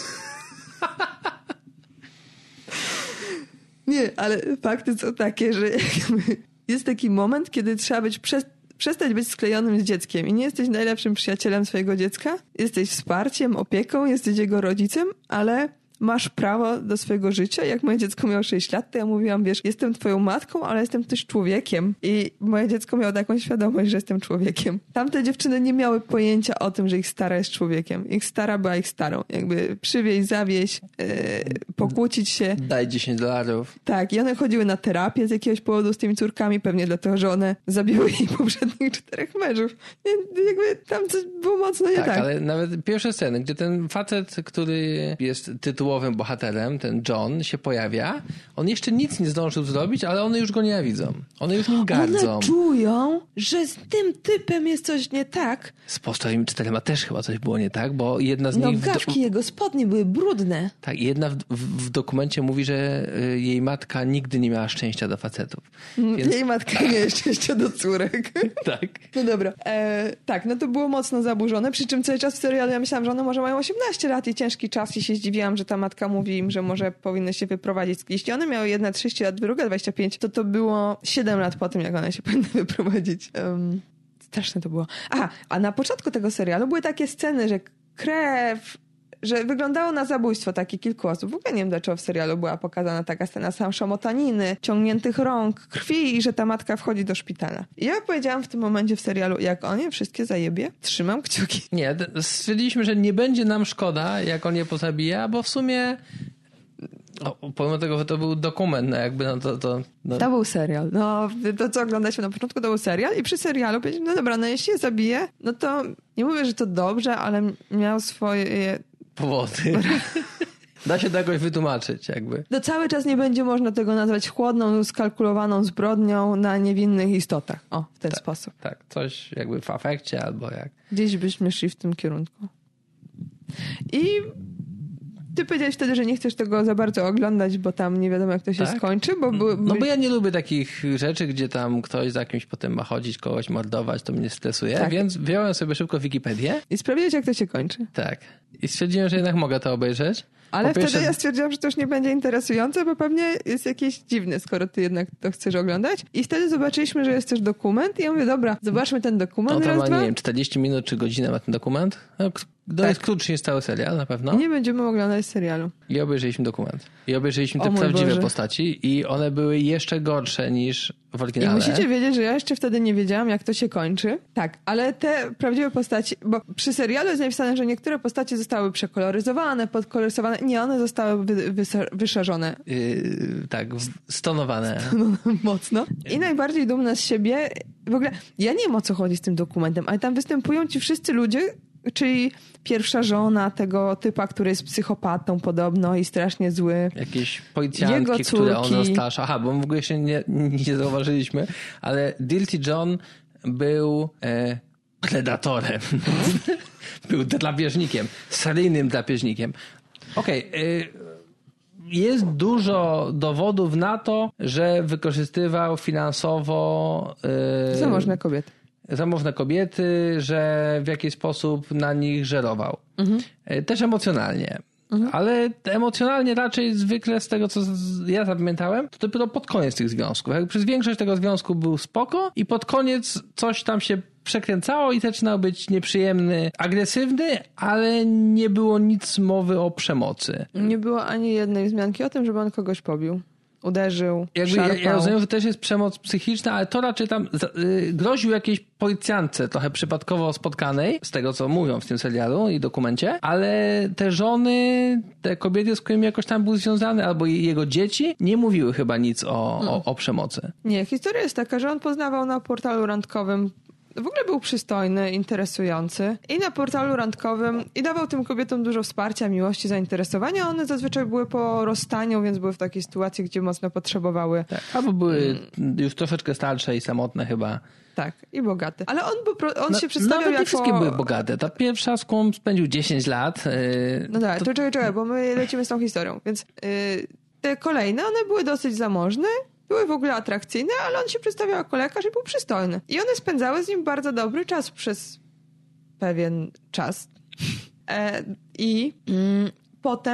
Nie, ale fakty są takie, że jest taki moment, kiedy trzeba być przez przestać być sklejonym z dzieckiem i nie jesteś najlepszym przyjacielem swojego dziecka. Jesteś wsparciem, opieką, jesteś jego rodzicem, ale masz prawo do swojego życia. Jak moje dziecko miało sześć lat, to ja mówiłam, wiesz, jestem twoją matką, ale jestem też człowiekiem. I moje dziecko miało taką świadomość, że jestem człowiekiem. Tamte dziewczyny nie miały pojęcia o tym, że ich stara jest człowiekiem. Ich stara była ich starą. Jakby przywieźć, zawieźć, yy, pokłócić się. Daj dziesięć dolarów. Tak, i one chodziły na terapię z jakiegoś powodu z tymi córkami, pewnie dlatego, że one zabiły jej poprzednich czterech mężów. Nie, jakby tam coś było mocno nie tak. Tak, ale nawet pierwsze sceny, gdzie ten facet, który jest tytułowym bohaterem, ten John, się pojawia, on jeszcze nic nie zdążył zrobić, ale one już go nienawidzą. One już nim gardzą. One czują, że z tym typem jest coś nie tak. Z pozostałymi czterema też chyba coś było nie tak, bo jedna z no, nich... No gawki do... jego spodnie były brudne. Tak, jedna w, w, w dokumencie mówi, że y, jej matka nigdy nie miała szczęścia do facetów. Więc... Jej matka nie miała szczęścia do córek. Tak. No dobra. E, tak, no to było mocno zaburzone, przy czym cały czas w serialu ja myślałam, że one może mają osiemnaście lat i ciężki czas i się zdziwiłam, że ta matka mówi im, że może powinny się wyprowadzić. Jeśli one miały jedna trzydzieści lat, druga dwadzieścia pięć, to to było siedem lat po tym, jak one się powinny wyprowadzić. Um, straszne to było. Aha, a na początku tego serialu były takie sceny, że krew... że wyglądało na zabójstwo takie kilku osób. W ogóle nie wiem, dlaczego w serialu była pokazana taka scena sam szamotaniny, ciągniętych rąk, krwi i że ta matka wchodzi do szpitala. I ja powiedziałam w tym momencie w serialu, jak on je wszystkie zajebie, trzymam kciuki. Nie, stwierdziliśmy, że nie będzie nam szkoda, jak on je pozabija, bo w sumie o, pomimo tego, że to był dokument, no jakby no to... To, no. to był serial. No to, co oglądaliśmy na początku, to był serial i przy serialu powiedziałem, no dobra, no jeśli je zabije, no to nie mówię, że to dobrze, ale miał swoje... powody. Da się to jakoś wytłumaczyć, jakby. No cały czas nie będzie można tego nazwać chłodną, skalkulowaną zbrodnią na niewinnych istotach. O, w ten tak, sposób. Tak, coś jakby w afekcie albo jak. Gdzieś byśmy szli w tym kierunku. I ty powiedziałeś wtedy, że nie chcesz tego za bardzo oglądać, bo tam nie wiadomo, jak to się tak? skończy, bo... By, by... No bo ja nie lubię takich rzeczy, gdzie tam ktoś za kimś potem ma chodzić, kogoś mordować, to mnie stresuje, tak. Więc wziąłem sobie szybko Wikipedię. I sprawdziłeś, jak to się kończy. Tak. I stwierdziłem, że jednak mogę to obejrzeć. Ale pierwsze... wtedy ja stwierdziłam, że to już nie będzie interesujące, bo pewnie jest jakieś dziwne, skoro ty jednak to chcesz oglądać. I wtedy zobaczyliśmy, że jest też dokument i ja mówię, dobra, zobaczmy ten dokument. No to ma, dwa. nie wiem, czterdzieści minut czy godzinę ma ten dokument. No, to tak. Jest krótszy niż cały serial, na pewno. I nie będziemy oglądać serialu. I obejrzeliśmy dokument. I obejrzeliśmy te prawdziwe Boże. postaci i one były jeszcze gorsze niż w oryginale. I musicie wiedzieć, że ja jeszcze wtedy nie wiedziałam, jak to się kończy. Tak, ale te prawdziwe postaci, bo przy serialu jest napisane, że niektóre postacie zostały przekoloryzowane, podkoloryzowane. Nie, one zostały wy, wysa- wyszarzone. Yy, tak, stonowane. Mocno. I najbardziej dumna z siebie, w ogóle, ja nie wiem, o co chodzi z tym dokumentem, ale tam występują ci wszyscy ludzie, czyli pierwsza żona tego typa, który jest psychopatą podobno i strasznie zły. Jakieś policjantki, które on zastrasza. Aha, bo w ogóle jeszcze nie, nie zauważyliśmy, ale Dirty John był e, predatorem. Był drapieżnikiem, seryjnym drapieżnikiem. Okej, okay, jest dużo dowodów na to, że wykorzystywał finansowo e, zamożne kobiety. zamożne kobiety, że w jakiś sposób na nich żerował. Mhm. Też emocjonalnie. Mhm. Ale emocjonalnie raczej zwykle z tego, co ja zapamiętałem, to dopiero pod koniec tych związków. Jak przez większość tego związku był spoko i pod koniec coś tam się przekręcało i zaczynał być nieprzyjemny, agresywny, ale nie było nic mowy o przemocy. Nie było ani jednej wzmianki o tym, żeby on kogoś pobił. Uderzył, Jakby ja, ja rozumiem, że też jest przemoc psychiczna, ale to raczej tam yy, groził jakiejś policjantce trochę przypadkowo spotkanej, z tego co mówią w tym serialu i dokumencie, ale te żony, te kobiety, z którymi jakoś tam był związany, albo jego dzieci, nie mówiły chyba nic o, hmm. o, o przemocy. Nie, historia jest taka, że on poznawał na portalu randkowym. W ogóle był przystojny, interesujący i na portalu randkowym i dawał tym kobietom dużo wsparcia, miłości, zainteresowania. One zazwyczaj były po rozstaniu, więc były w takiej sytuacji, gdzie mocno potrzebowały. Tak, albo były już troszeczkę starsze i samotne chyba. Tak, i bogate. Ale on, on no, się przedstawiał nawet jako... nie wszystkie były bogate. Ta pierwsza, z którą spędził dziesięć lat. Yy, no tak, to... to czekaj, czekaj, bo my lecimy z tą historią. Więc yy, te kolejne, one były dosyć zamożne. Były w ogóle atrakcyjne, ale on się przedstawiał jako lekarz i był przystojny. I one spędzały z nim bardzo dobry czas przez pewien czas. E, I mm, potem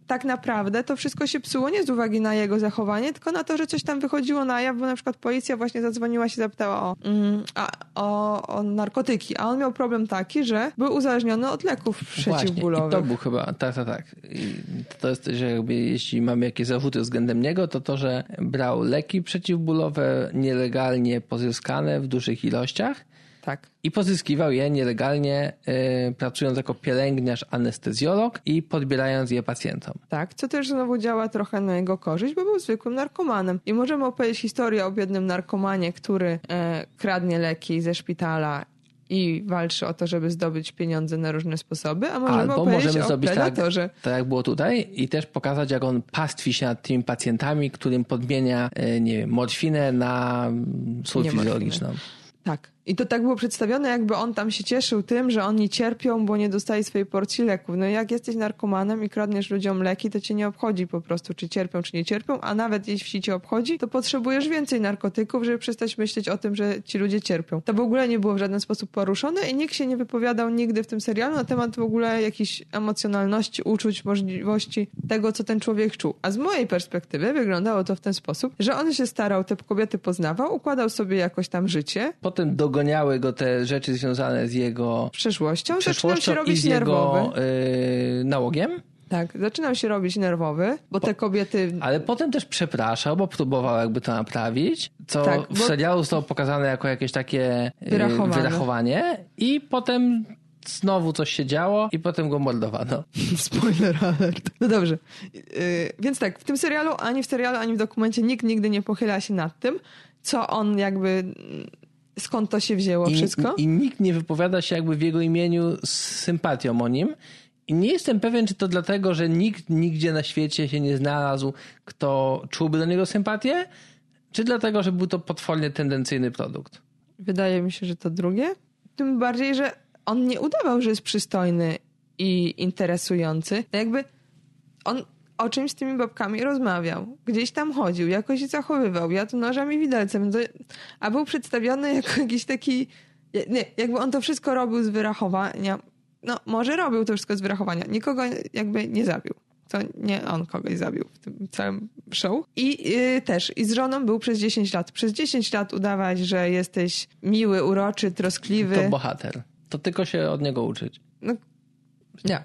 tak naprawdę to wszystko się psuło nie z uwagi na jego zachowanie, tylko na to, że coś tam wychodziło na jaw, bo na przykład policja właśnie zadzwoniła się, zapytała o, mm, a, o, o narkotyki, a on miał problem taki, że był uzależniony od leków przeciwbólowych. Właśnie, i to był chyba, tak, tak, tak. I to jest, że jakby jeśli mamy jakieś zarzuty względem niego, to to, że brał leki przeciwbólowe nielegalnie pozyskane w dużych ilościach. Tak. I pozyskiwał je nielegalnie, yy, pracując jako pielęgniarz, anestezjolog i podbierając je pacjentom. Tak, co też znowu działa trochę na jego korzyść, bo był zwykłym narkomanem. I możemy opowiedzieć historię o biednym narkomanie, który e, kradnie leki ze szpitala i walczy o to, żeby zdobyć pieniądze na różne sposoby, a możemy Albo opowiedzieć możemy o zrobić predatorze. tak, tak jak było tutaj i też pokazać, jak on pastwi się nad tymi pacjentami, którym podmienia, yy, nie wiem, morfinę na sól fizjologiczną. Tak. I to tak było przedstawione, jakby on tam się cieszył tym, że oni cierpią, bo nie dostali swojej porcji leków. No jak jesteś narkomanem i kradniesz ludziom leki, to cię nie obchodzi po prostu, czy cierpią, czy nie cierpią, a nawet jeśli cię obchodzi, to potrzebujesz więcej narkotyków, żeby przestać myśleć o tym, że ci ludzie cierpią. To w ogóle nie było w żaden sposób poruszone i nikt się nie wypowiadał nigdy w tym serialu na temat w ogóle jakiejś emocjonalności, uczuć, możliwości tego, co ten człowiek czuł. A z mojej perspektywy wyglądało to w ten sposób, że on się starał, te kobiety poznawał, układał sobie jakoś tam życie. Potem dogoniały go te rzeczy związane z jego przeszłością, przeszłością zaczynał się robić i z nerwowy. jego yy, nałogiem. Tak, zaczynał się robić nerwowy, bo te kobiety... Ale potem też przepraszał, bo próbował jakby to naprawić, co tak, w serialu zostało pokazane jako jakieś takie yy, wyrachowanie. wyrachowanie i potem znowu coś się działo i potem go mordowano. Spoiler alert. No dobrze. Yy, więc tak, w tym serialu, ani w serialu, ani w dokumencie nikt nigdy nie pochyla się nad tym, co on jakby... skąd to się wzięło I, wszystko. I nikt nie wypowiada się jakby w jego imieniu z sympatią o nim. I nie jestem pewien, czy to dlatego, że nikt nigdzie na świecie się nie znalazł, kto czułby do niego sympatię, czy dlatego, że był to potwornie tendencyjny produkt. Wydaje mi się, że to drugie. Tym bardziej, że on nie udawał, że jest przystojny i interesujący. Jakby on o czymś z tymi babkami rozmawiał. Gdzieś tam chodził, jakoś się zachowywał. Jadł nożem i widelcem. A był przedstawiony jako jakiś taki... Nie, jakby on to wszystko robił z wyrachowania. No, może robił to wszystko z wyrachowania. Nikogo jakby nie zabił. To nie on kogoś zabił w tym całym show. I yy, też, i z żoną był przez dziesięć lat. Przez dziesięć lat udawać, że jesteś miły, uroczy, troskliwy. To bohater. To tylko się od niego uczyć. No, nie.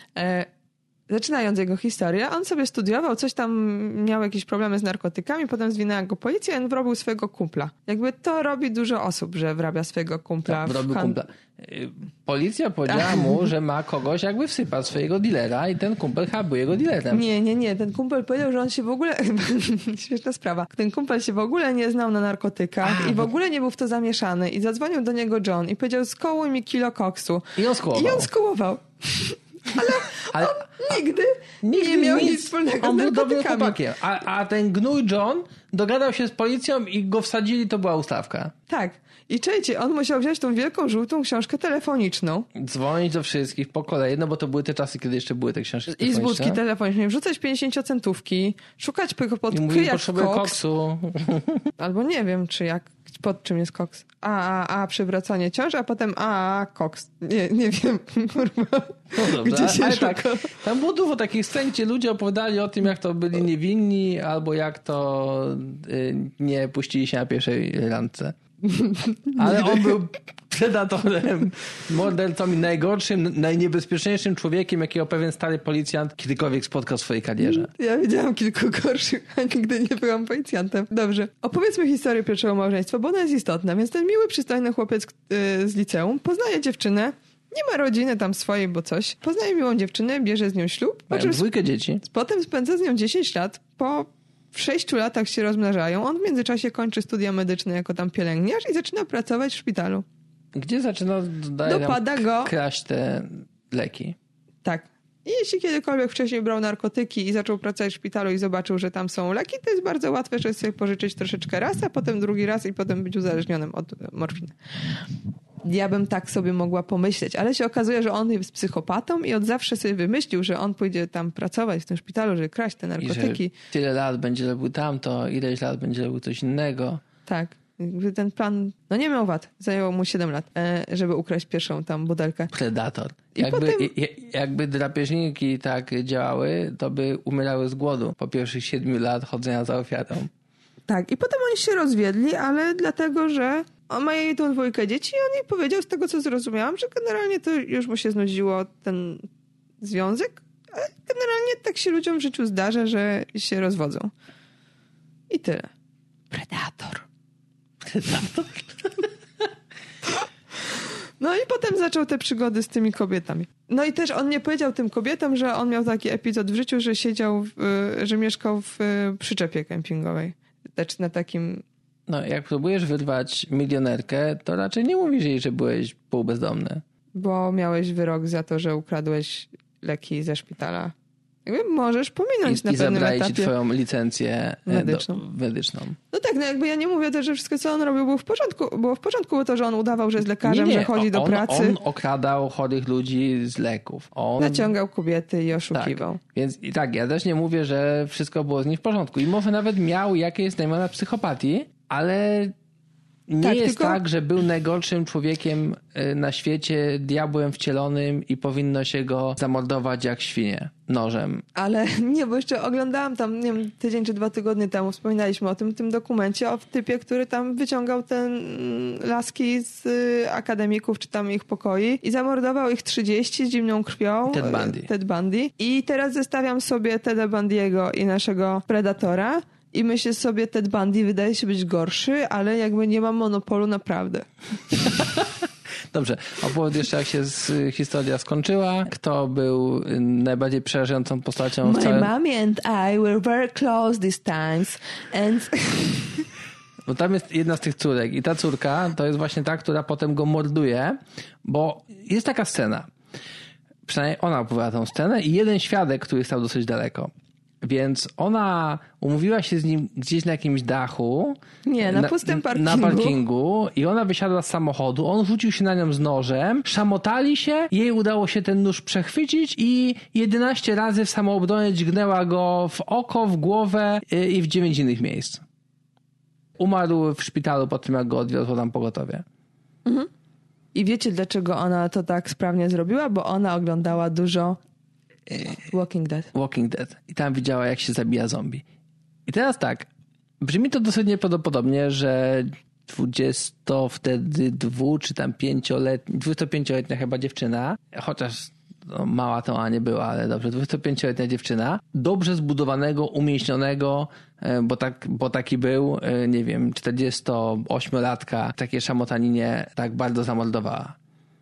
E, Zaczynając jego historię, on sobie studiował, coś tam miał jakieś problemy z narkotykami, potem zwinęła go policja i on wrobił swojego kumpla. Jakby to robi dużo osób, że wrabia swojego kumpla. Tak, w wrobił han- kumpla. Policja powiedziała mu, że ma kogoś jakby wsypać swojego dealera i ten kumpel chyba był jego dealerem. Nie, nie, nie. Ten kumpel powiedział, że on się w ogóle... Śmieszna sprawa. Ten kumpel się w ogóle nie znał na narkotykach A, i w ogóle nie był w to zamieszany. I zadzwonił do niego John i powiedział, skołuj mi kilo koksu. I on skołował. I on skołował. Ale, Ale on nigdy, nigdy nie miał nic, nic wspólnego on z był dobrym narkotykami. chłopakiem. A, a ten gnój John dogadał się z policją i go wsadzili, to była ustawka. Tak. I czujcie, on musiał wziąć tą wielką, żółtą książkę telefoniczną. Dzwonić do wszystkich po kolei, no bo to były te czasy, kiedy jeszcze były te książki I z telefoniczne. budki telefonicznej wrzucać pięćdziesięciocentówki, szukać pod I mówi, kryjach potrzebuję koks. koksu. Albo nie wiem, czy jak, pod czym jest koks. A, a, a, przywracanie ciąży, a potem a, a, koks. Nie, nie wiem, kurwa. No dobrze, Gdzie się ale szuka? tak, tam było dużo takich scen, gdzie ludzie opowiadali o tym, jak to byli niewinni, albo jak to y, nie puścili się na pierwszej randce. Ale on był predatorem, mordercą i najgorszym, najniebezpieczniejszym człowiekiem, jakiego pewien stary policjant kiedykolwiek spotkał w swojej karierze. Ja widziałam kilku gorszych, a nigdy nie byłam policjantem. Dobrze. Opowiedzmy historię pierwszego małżeństwa, bo ona jest istotna. Więc ten miły, przystojny chłopiec yy, z liceum poznaje dziewczynę, nie ma rodziny tam swojej, bo coś. Poznaje miłą dziewczynę, bierze z nią ślub. Po Mają czym dwójkę dzieci. potem spędza z nią dziesięć lat. Po sześciu latach się rozmnażają. On w międzyczasie kończy studia medyczne jako tam pielęgniarz i zaczyna pracować w szpitalu. Gdzie zaczyna Dopada go. kraść te leki. Tak. I jeśli kiedykolwiek wcześniej brał narkotyki i zaczął pracować w szpitalu i zobaczył, że tam są leki, to jest bardzo łatwe, żeby sobie pożyczyć troszeczkę raz, a potem drugi raz i potem być uzależnionym od morfiny. Ja bym tak sobie mogła pomyśleć, ale się okazuje, że on jest psychopatą i od zawsze sobie wymyślił, że on pójdzie tam pracować w tym szpitalu, żeby kraść te narkotyki. I że tyle lat będzie robił tamto, ileś lat będzie robił coś innego. Tak. Jakby ten plan, no nie miał wad. Zajęło mu siedem lat, żeby ukraść pierwszą tam butelkę. Predator. I jakby, potem... jakby drapieżniki tak działały, to by umierały z głodu po pierwszych siedmiu lat chodzenia za ofiarą. Tak, i potem oni się rozwiedli, ale dlatego, że on ma jej tą dwójkę dzieci i on jej powiedział, z tego co zrozumiałam, że generalnie to już mu się znudziło ten związek, ale generalnie tak się ludziom w życiu zdarza, że się rozwodzą. I tyle. Predator. Predator? No i potem zaczął te przygody z tymi kobietami. No i też on nie powiedział tym kobietom, że on miał taki epizod w życiu, że siedział, w, że mieszkał w przyczepie kempingowej. Znaczy na takim... No jak próbujesz wyrwać milionerkę, to raczej nie mówisz jej, że byłeś półbezdomny. Bo miałeś wyrok za to, że ukradłeś leki ze szpitala. Jakby możesz pominąć I, na i pewnym zabrali etapie. ci twoją licencję medyczną. Do, medyczną. No tak, no jakby ja nie mówię też, że wszystko co on robił było w porządku, było w porządku, bo to, że on udawał, że jest lekarzem, nie, nie. że chodzi do on, pracy. On okradał chorych ludzi z leków. On naciągał kobiety i oszukiwał. Tak. Więc i tak, ja też nie mówię, że wszystko było z nim w porządku. I może nawet miał jakieś znamiona psychopatii, ale nie tak, jest tylko... tak, że był najgorszym człowiekiem na świecie, diabłem wcielonym i powinno się go zamordować jak świnię nożem. Ale nie, bo jeszcze oglądałam tam, nie wiem, tydzień czy dwa tygodnie temu wspominaliśmy o tym, w tym dokumencie, o typie, który tam wyciągał te laski z akademików, czy tam ich pokoi i zamordował ich trzydzieści z zimną krwią. Ted Bundy. Ted Bundy. I teraz zestawiam sobie Teda Bundy'ego i naszego Predatora i myślę sobie, Ted Bundy wydaje się być gorszy, ale jakby nie ma monopolu na prawdę. Dobrze, opowiedz jeszcze, jak się z, historia skończyła. Kto był najbardziej przerażającą postacią w My całym... mommy and I were very close these times. And... Bo tam jest jedna z tych córek i ta córka to jest właśnie ta, która potem go morduje, bo jest taka scena. Przynajmniej ona opowiada tą scenę i jeden świadek, który stał dosyć daleko. Więc ona umówiła się z nim gdzieś na jakimś dachu. Nie, na, na pustym parkingu. Na parkingu i ona wysiadła z samochodu, on rzucił się na nią z nożem, szamotali się, jej udało się ten nóż przechwycić i jedenaście razy w samoobronie dźgnęła go w oko, w głowę i w dziewięć innych miejsc. Umarł w szpitalu po tym, jak go odwiozło tam pogotowie. Mhm. I wiecie, dlaczego ona to tak sprawnie zrobiła? Bo ona oglądała dużo Walking Dead. Walking Dead. I tam widziała, jak się zabija zombie. I teraz tak, brzmi to dosyć nieprawdopodobnie, że dwudziesto wtedy dwu, czy tam pięcioletnia, dwudziestopięcioletnia chyba dziewczyna, chociaż no, mała to Ania była, ale dobrze, dwudziestopięcioletnia dziewczyna, dobrze zbudowanego, umięśnionego, bo, tak, bo taki był, nie wiem, czterdziestoośmiolatka, takie szamotaninie tak bardzo zamordowała.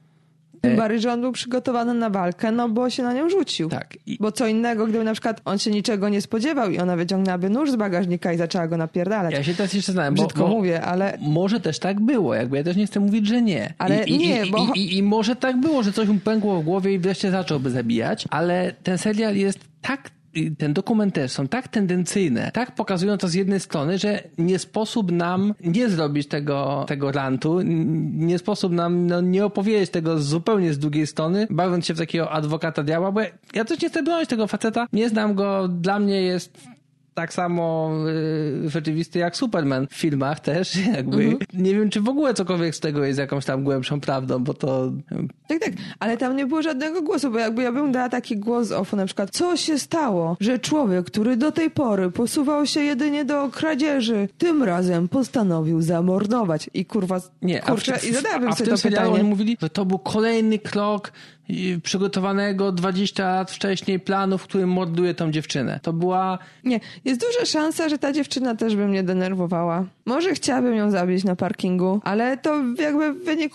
Tym bardziej, że on był przygotowany na walkę, no bo się na nią rzucił. Tak. I... Bo co innego, gdyby na przykład on się niczego nie spodziewał i ona wyciągnęłaby nóż z bagażnika i zaczęła go napierdalać. Ja się teraz jeszcze znałem, Brzydko bo, bo mówię, ale... Może też tak było, jakby ja też nie chcę mówić, że nie. Ale I, nie, i, bo... I, i, I może tak było, że coś mu pękło w głowie i wreszcie zacząłby zabijać, ale ten serial jest tak... Ten dokument też są tak tendencyjne, tak pokazują to z jednej strony, że nie sposób nam nie zrobić tego, tego rantu, nie sposób nam no, nie opowiedzieć tego zupełnie z drugiej strony, bawiąc się w takiego adwokata diabła, bo ja, ja też nie chcę bronić tego faceta, nie znam go, dla mnie jest tak samo y, rzeczywisty jak Superman w filmach też, jakby. Mhm. Nie wiem, czy w ogóle cokolwiek z tego jest jakąś tam głębszą prawdą, bo to... Tak, tak, ale tam nie było żadnego głosu, bo jakby ja bym dała taki głos z offu, na przykład, co się stało, że człowiek, który do tej pory posuwał się jedynie do kradzieży, tym razem postanowił zamordować. I kurwa, nie, kurczę, w, i zadałabym a w sobie tym to pytanie. Oni mówili, że to był kolejny krok przygotowanego dwadzieścia lat wcześniej planu, w którym morduje tą dziewczynę. To była... Nie, jest duża szansa, że ta dziewczyna też by mnie denerwowała. Może chciałabym ją zabić na parkingu, ale to jakby w wyniku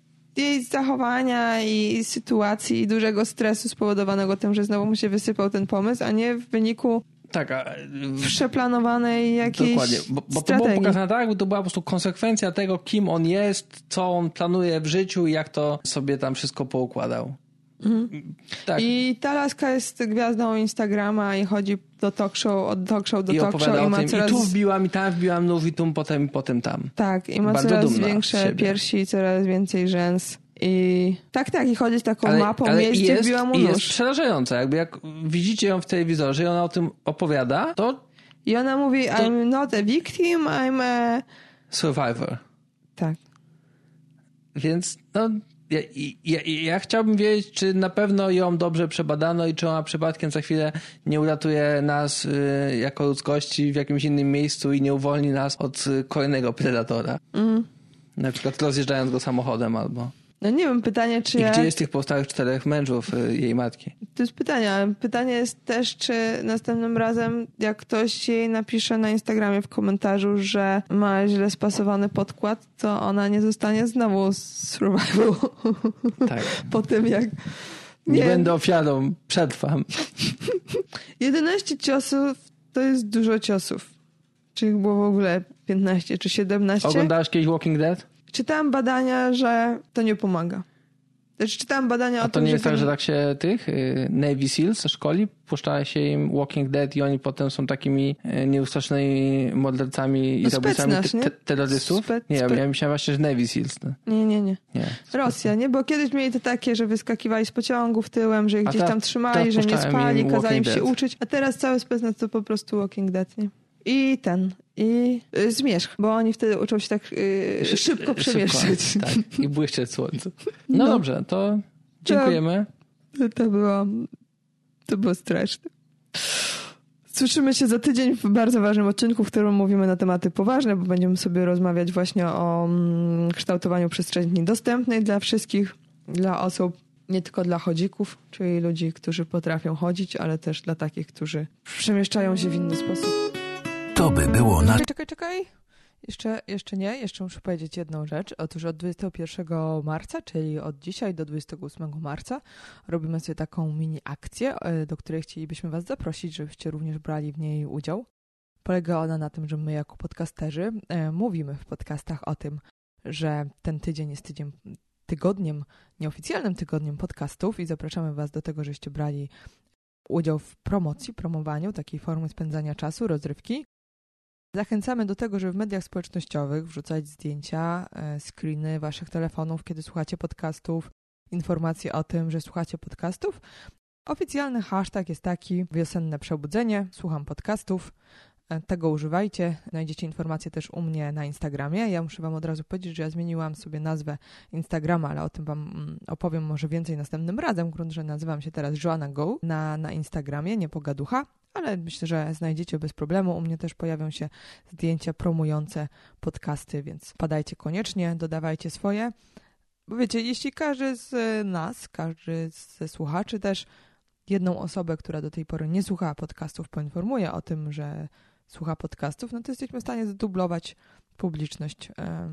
jej zachowania i sytuacji i dużego stresu spowodowanego tym, że znowu mu się wysypał ten pomysł, a nie w wyniku tak, a... przeplanowanej jakiejś Dokładnie, bo, bo to było pokazane tak, bo to była po prostu konsekwencja tego, kim on jest, co on planuje w życiu i jak to sobie tam wszystko poukładał. Mhm. Tak. I ta laska jest gwiazdą Instagrama i chodzi do talk show, od talk show do I talk show. I, ma tym, coraz... i tu wbiłam, i tam wbiłam nóż, i tu potem, i potem tam. Tak, i ma bardzo coraz większe piersi, coraz więcej rzęs. I tak, tak, i chodzi z taką ale, mapą ale miejsc, jest, wbiła mu i nóż. jest przerażająca. Jakby jak widzicie ją w telewizorze i ona o tym opowiada, to... I ona mówi, to... I'm not a victim, I'm a Survivor. Tak. Więc no, ja, ja, ja chciałbym wiedzieć, czy na pewno ją dobrze przebadano i czy ona przypadkiem za chwilę nie uratuje nas y, jako ludzkości w jakimś innym miejscu i nie uwolni nas od y, kolejnego predatora. Mm. Na przykład rozjeżdżając go samochodem albo... No nie wiem, pytanie, czy I ja... gdzie jest tych pozostałych czterech mężów y, jej matki? To jest pytanie. Pytanie jest też, czy następnym razem, jak ktoś jej napisze na Instagramie w komentarzu, że ma źle spasowany podkład, to ona nie zostanie znowu z survival. Tak. Po tym, jak... Nie, nie będę ofiarą, przetrwam. jedenaście ciosów to jest dużo ciosów. Czy ich było w ogóle piętnaście czy siedemnaście? Oglądałaś kiedyś Walking Dead? Czytałam badania, że to nie pomaga. Znaczy, czytałam badania A o to tym, nie jest że tak, że tak się tych y, Navy Seals szkoli, puszcza się im Walking Dead i oni potem są takimi y, nieustraszonymi mordercami i no zabójcami te, te, terrorystów? Spe, nie, spe... ja myślałem właśnie, że Navy Seals. No. Nie, nie, nie. nie Rosja, nie? Bo kiedyś mieli to takie, że wyskakiwali z pociągów tyłem, że ich gdzieś teraz, tam trzymali, że nie spali, kazali im się dead. uczyć. A teraz cały specnaz to po prostu Walking Dead, nie? I ten, i y, zmierzch, bo oni wtedy uczą się tak y, szybko przemieszczać. Szybko, tak, i błyszczeć słońce. No, no dobrze, to dziękujemy. To, to było to było straszne. Słyszymy się za tydzień w bardzo ważnym odcinku, w którym mówimy na tematy poważne, bo będziemy sobie rozmawiać właśnie o mm, kształtowaniu przestrzeni dostępnej dla wszystkich, dla osób, nie tylko dla chodzików, czyli ludzi, którzy potrafią chodzić, ale też dla takich, którzy przemieszczają się w inny sposób. To by było na... Czekaj, czekaj, czekaj. Jeszcze, jeszcze nie, jeszcze muszę powiedzieć jedną rzecz. Otóż od dwudziestego pierwszego marca, czyli od dzisiaj do dwudziestego ósmego marca robimy sobie taką mini akcję, do której chcielibyśmy was zaprosić, żebyście również brali w niej udział. Polega ona na tym, że my jako podcasterzy e, mówimy w podcastach o tym, że ten tydzień jest tydzień, tygodniem, nieoficjalnym tygodniem podcastów i zapraszamy was do tego, żeście brali udział w promocji, promowaniu takiej formy spędzania czasu, rozrywki. Zachęcamy do tego, żeby w mediach społecznościowych wrzucać zdjęcia, screeny waszych telefonów, kiedy słuchacie podcastów, informacje o tym, że słuchacie podcastów. Oficjalny hashtag jest taki: wiosenne przebudzenie, słucham podcastów. Tego używajcie. Znajdziecie informacje też u mnie na Instagramie. Ja muszę wam od razu powiedzieć, że ja zmieniłam sobie nazwę Instagrama, ale o tym wam opowiem może więcej następnym razem. Grunt, że nazywam się teraz Joanna Go na, na Instagramie, nie Pogaducha. Ale myślę, że znajdziecie bez problemu. U mnie też pojawią się zdjęcia promujące podcasty, więc wpadajcie koniecznie, dodawajcie swoje. Bo wiecie, jeśli każdy z nas, każdy ze słuchaczy też jedną osobę, która do tej pory nie słuchała podcastów, poinformuje o tym, że słucha podcastów, no to jesteśmy w stanie zdublować publiczność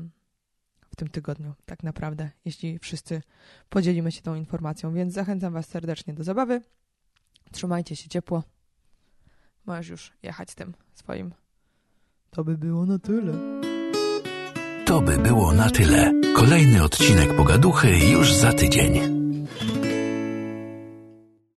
w tym tygodniu, tak naprawdę, jeśli wszyscy podzielimy się tą informacją. Więc zachęcam was serdecznie do zabawy. Trzymajcie się ciepło. Możesz już jechać z tym swoim. To by było na tyle. To by było na tyle. Kolejny odcinek Pogaduchy już za tydzień.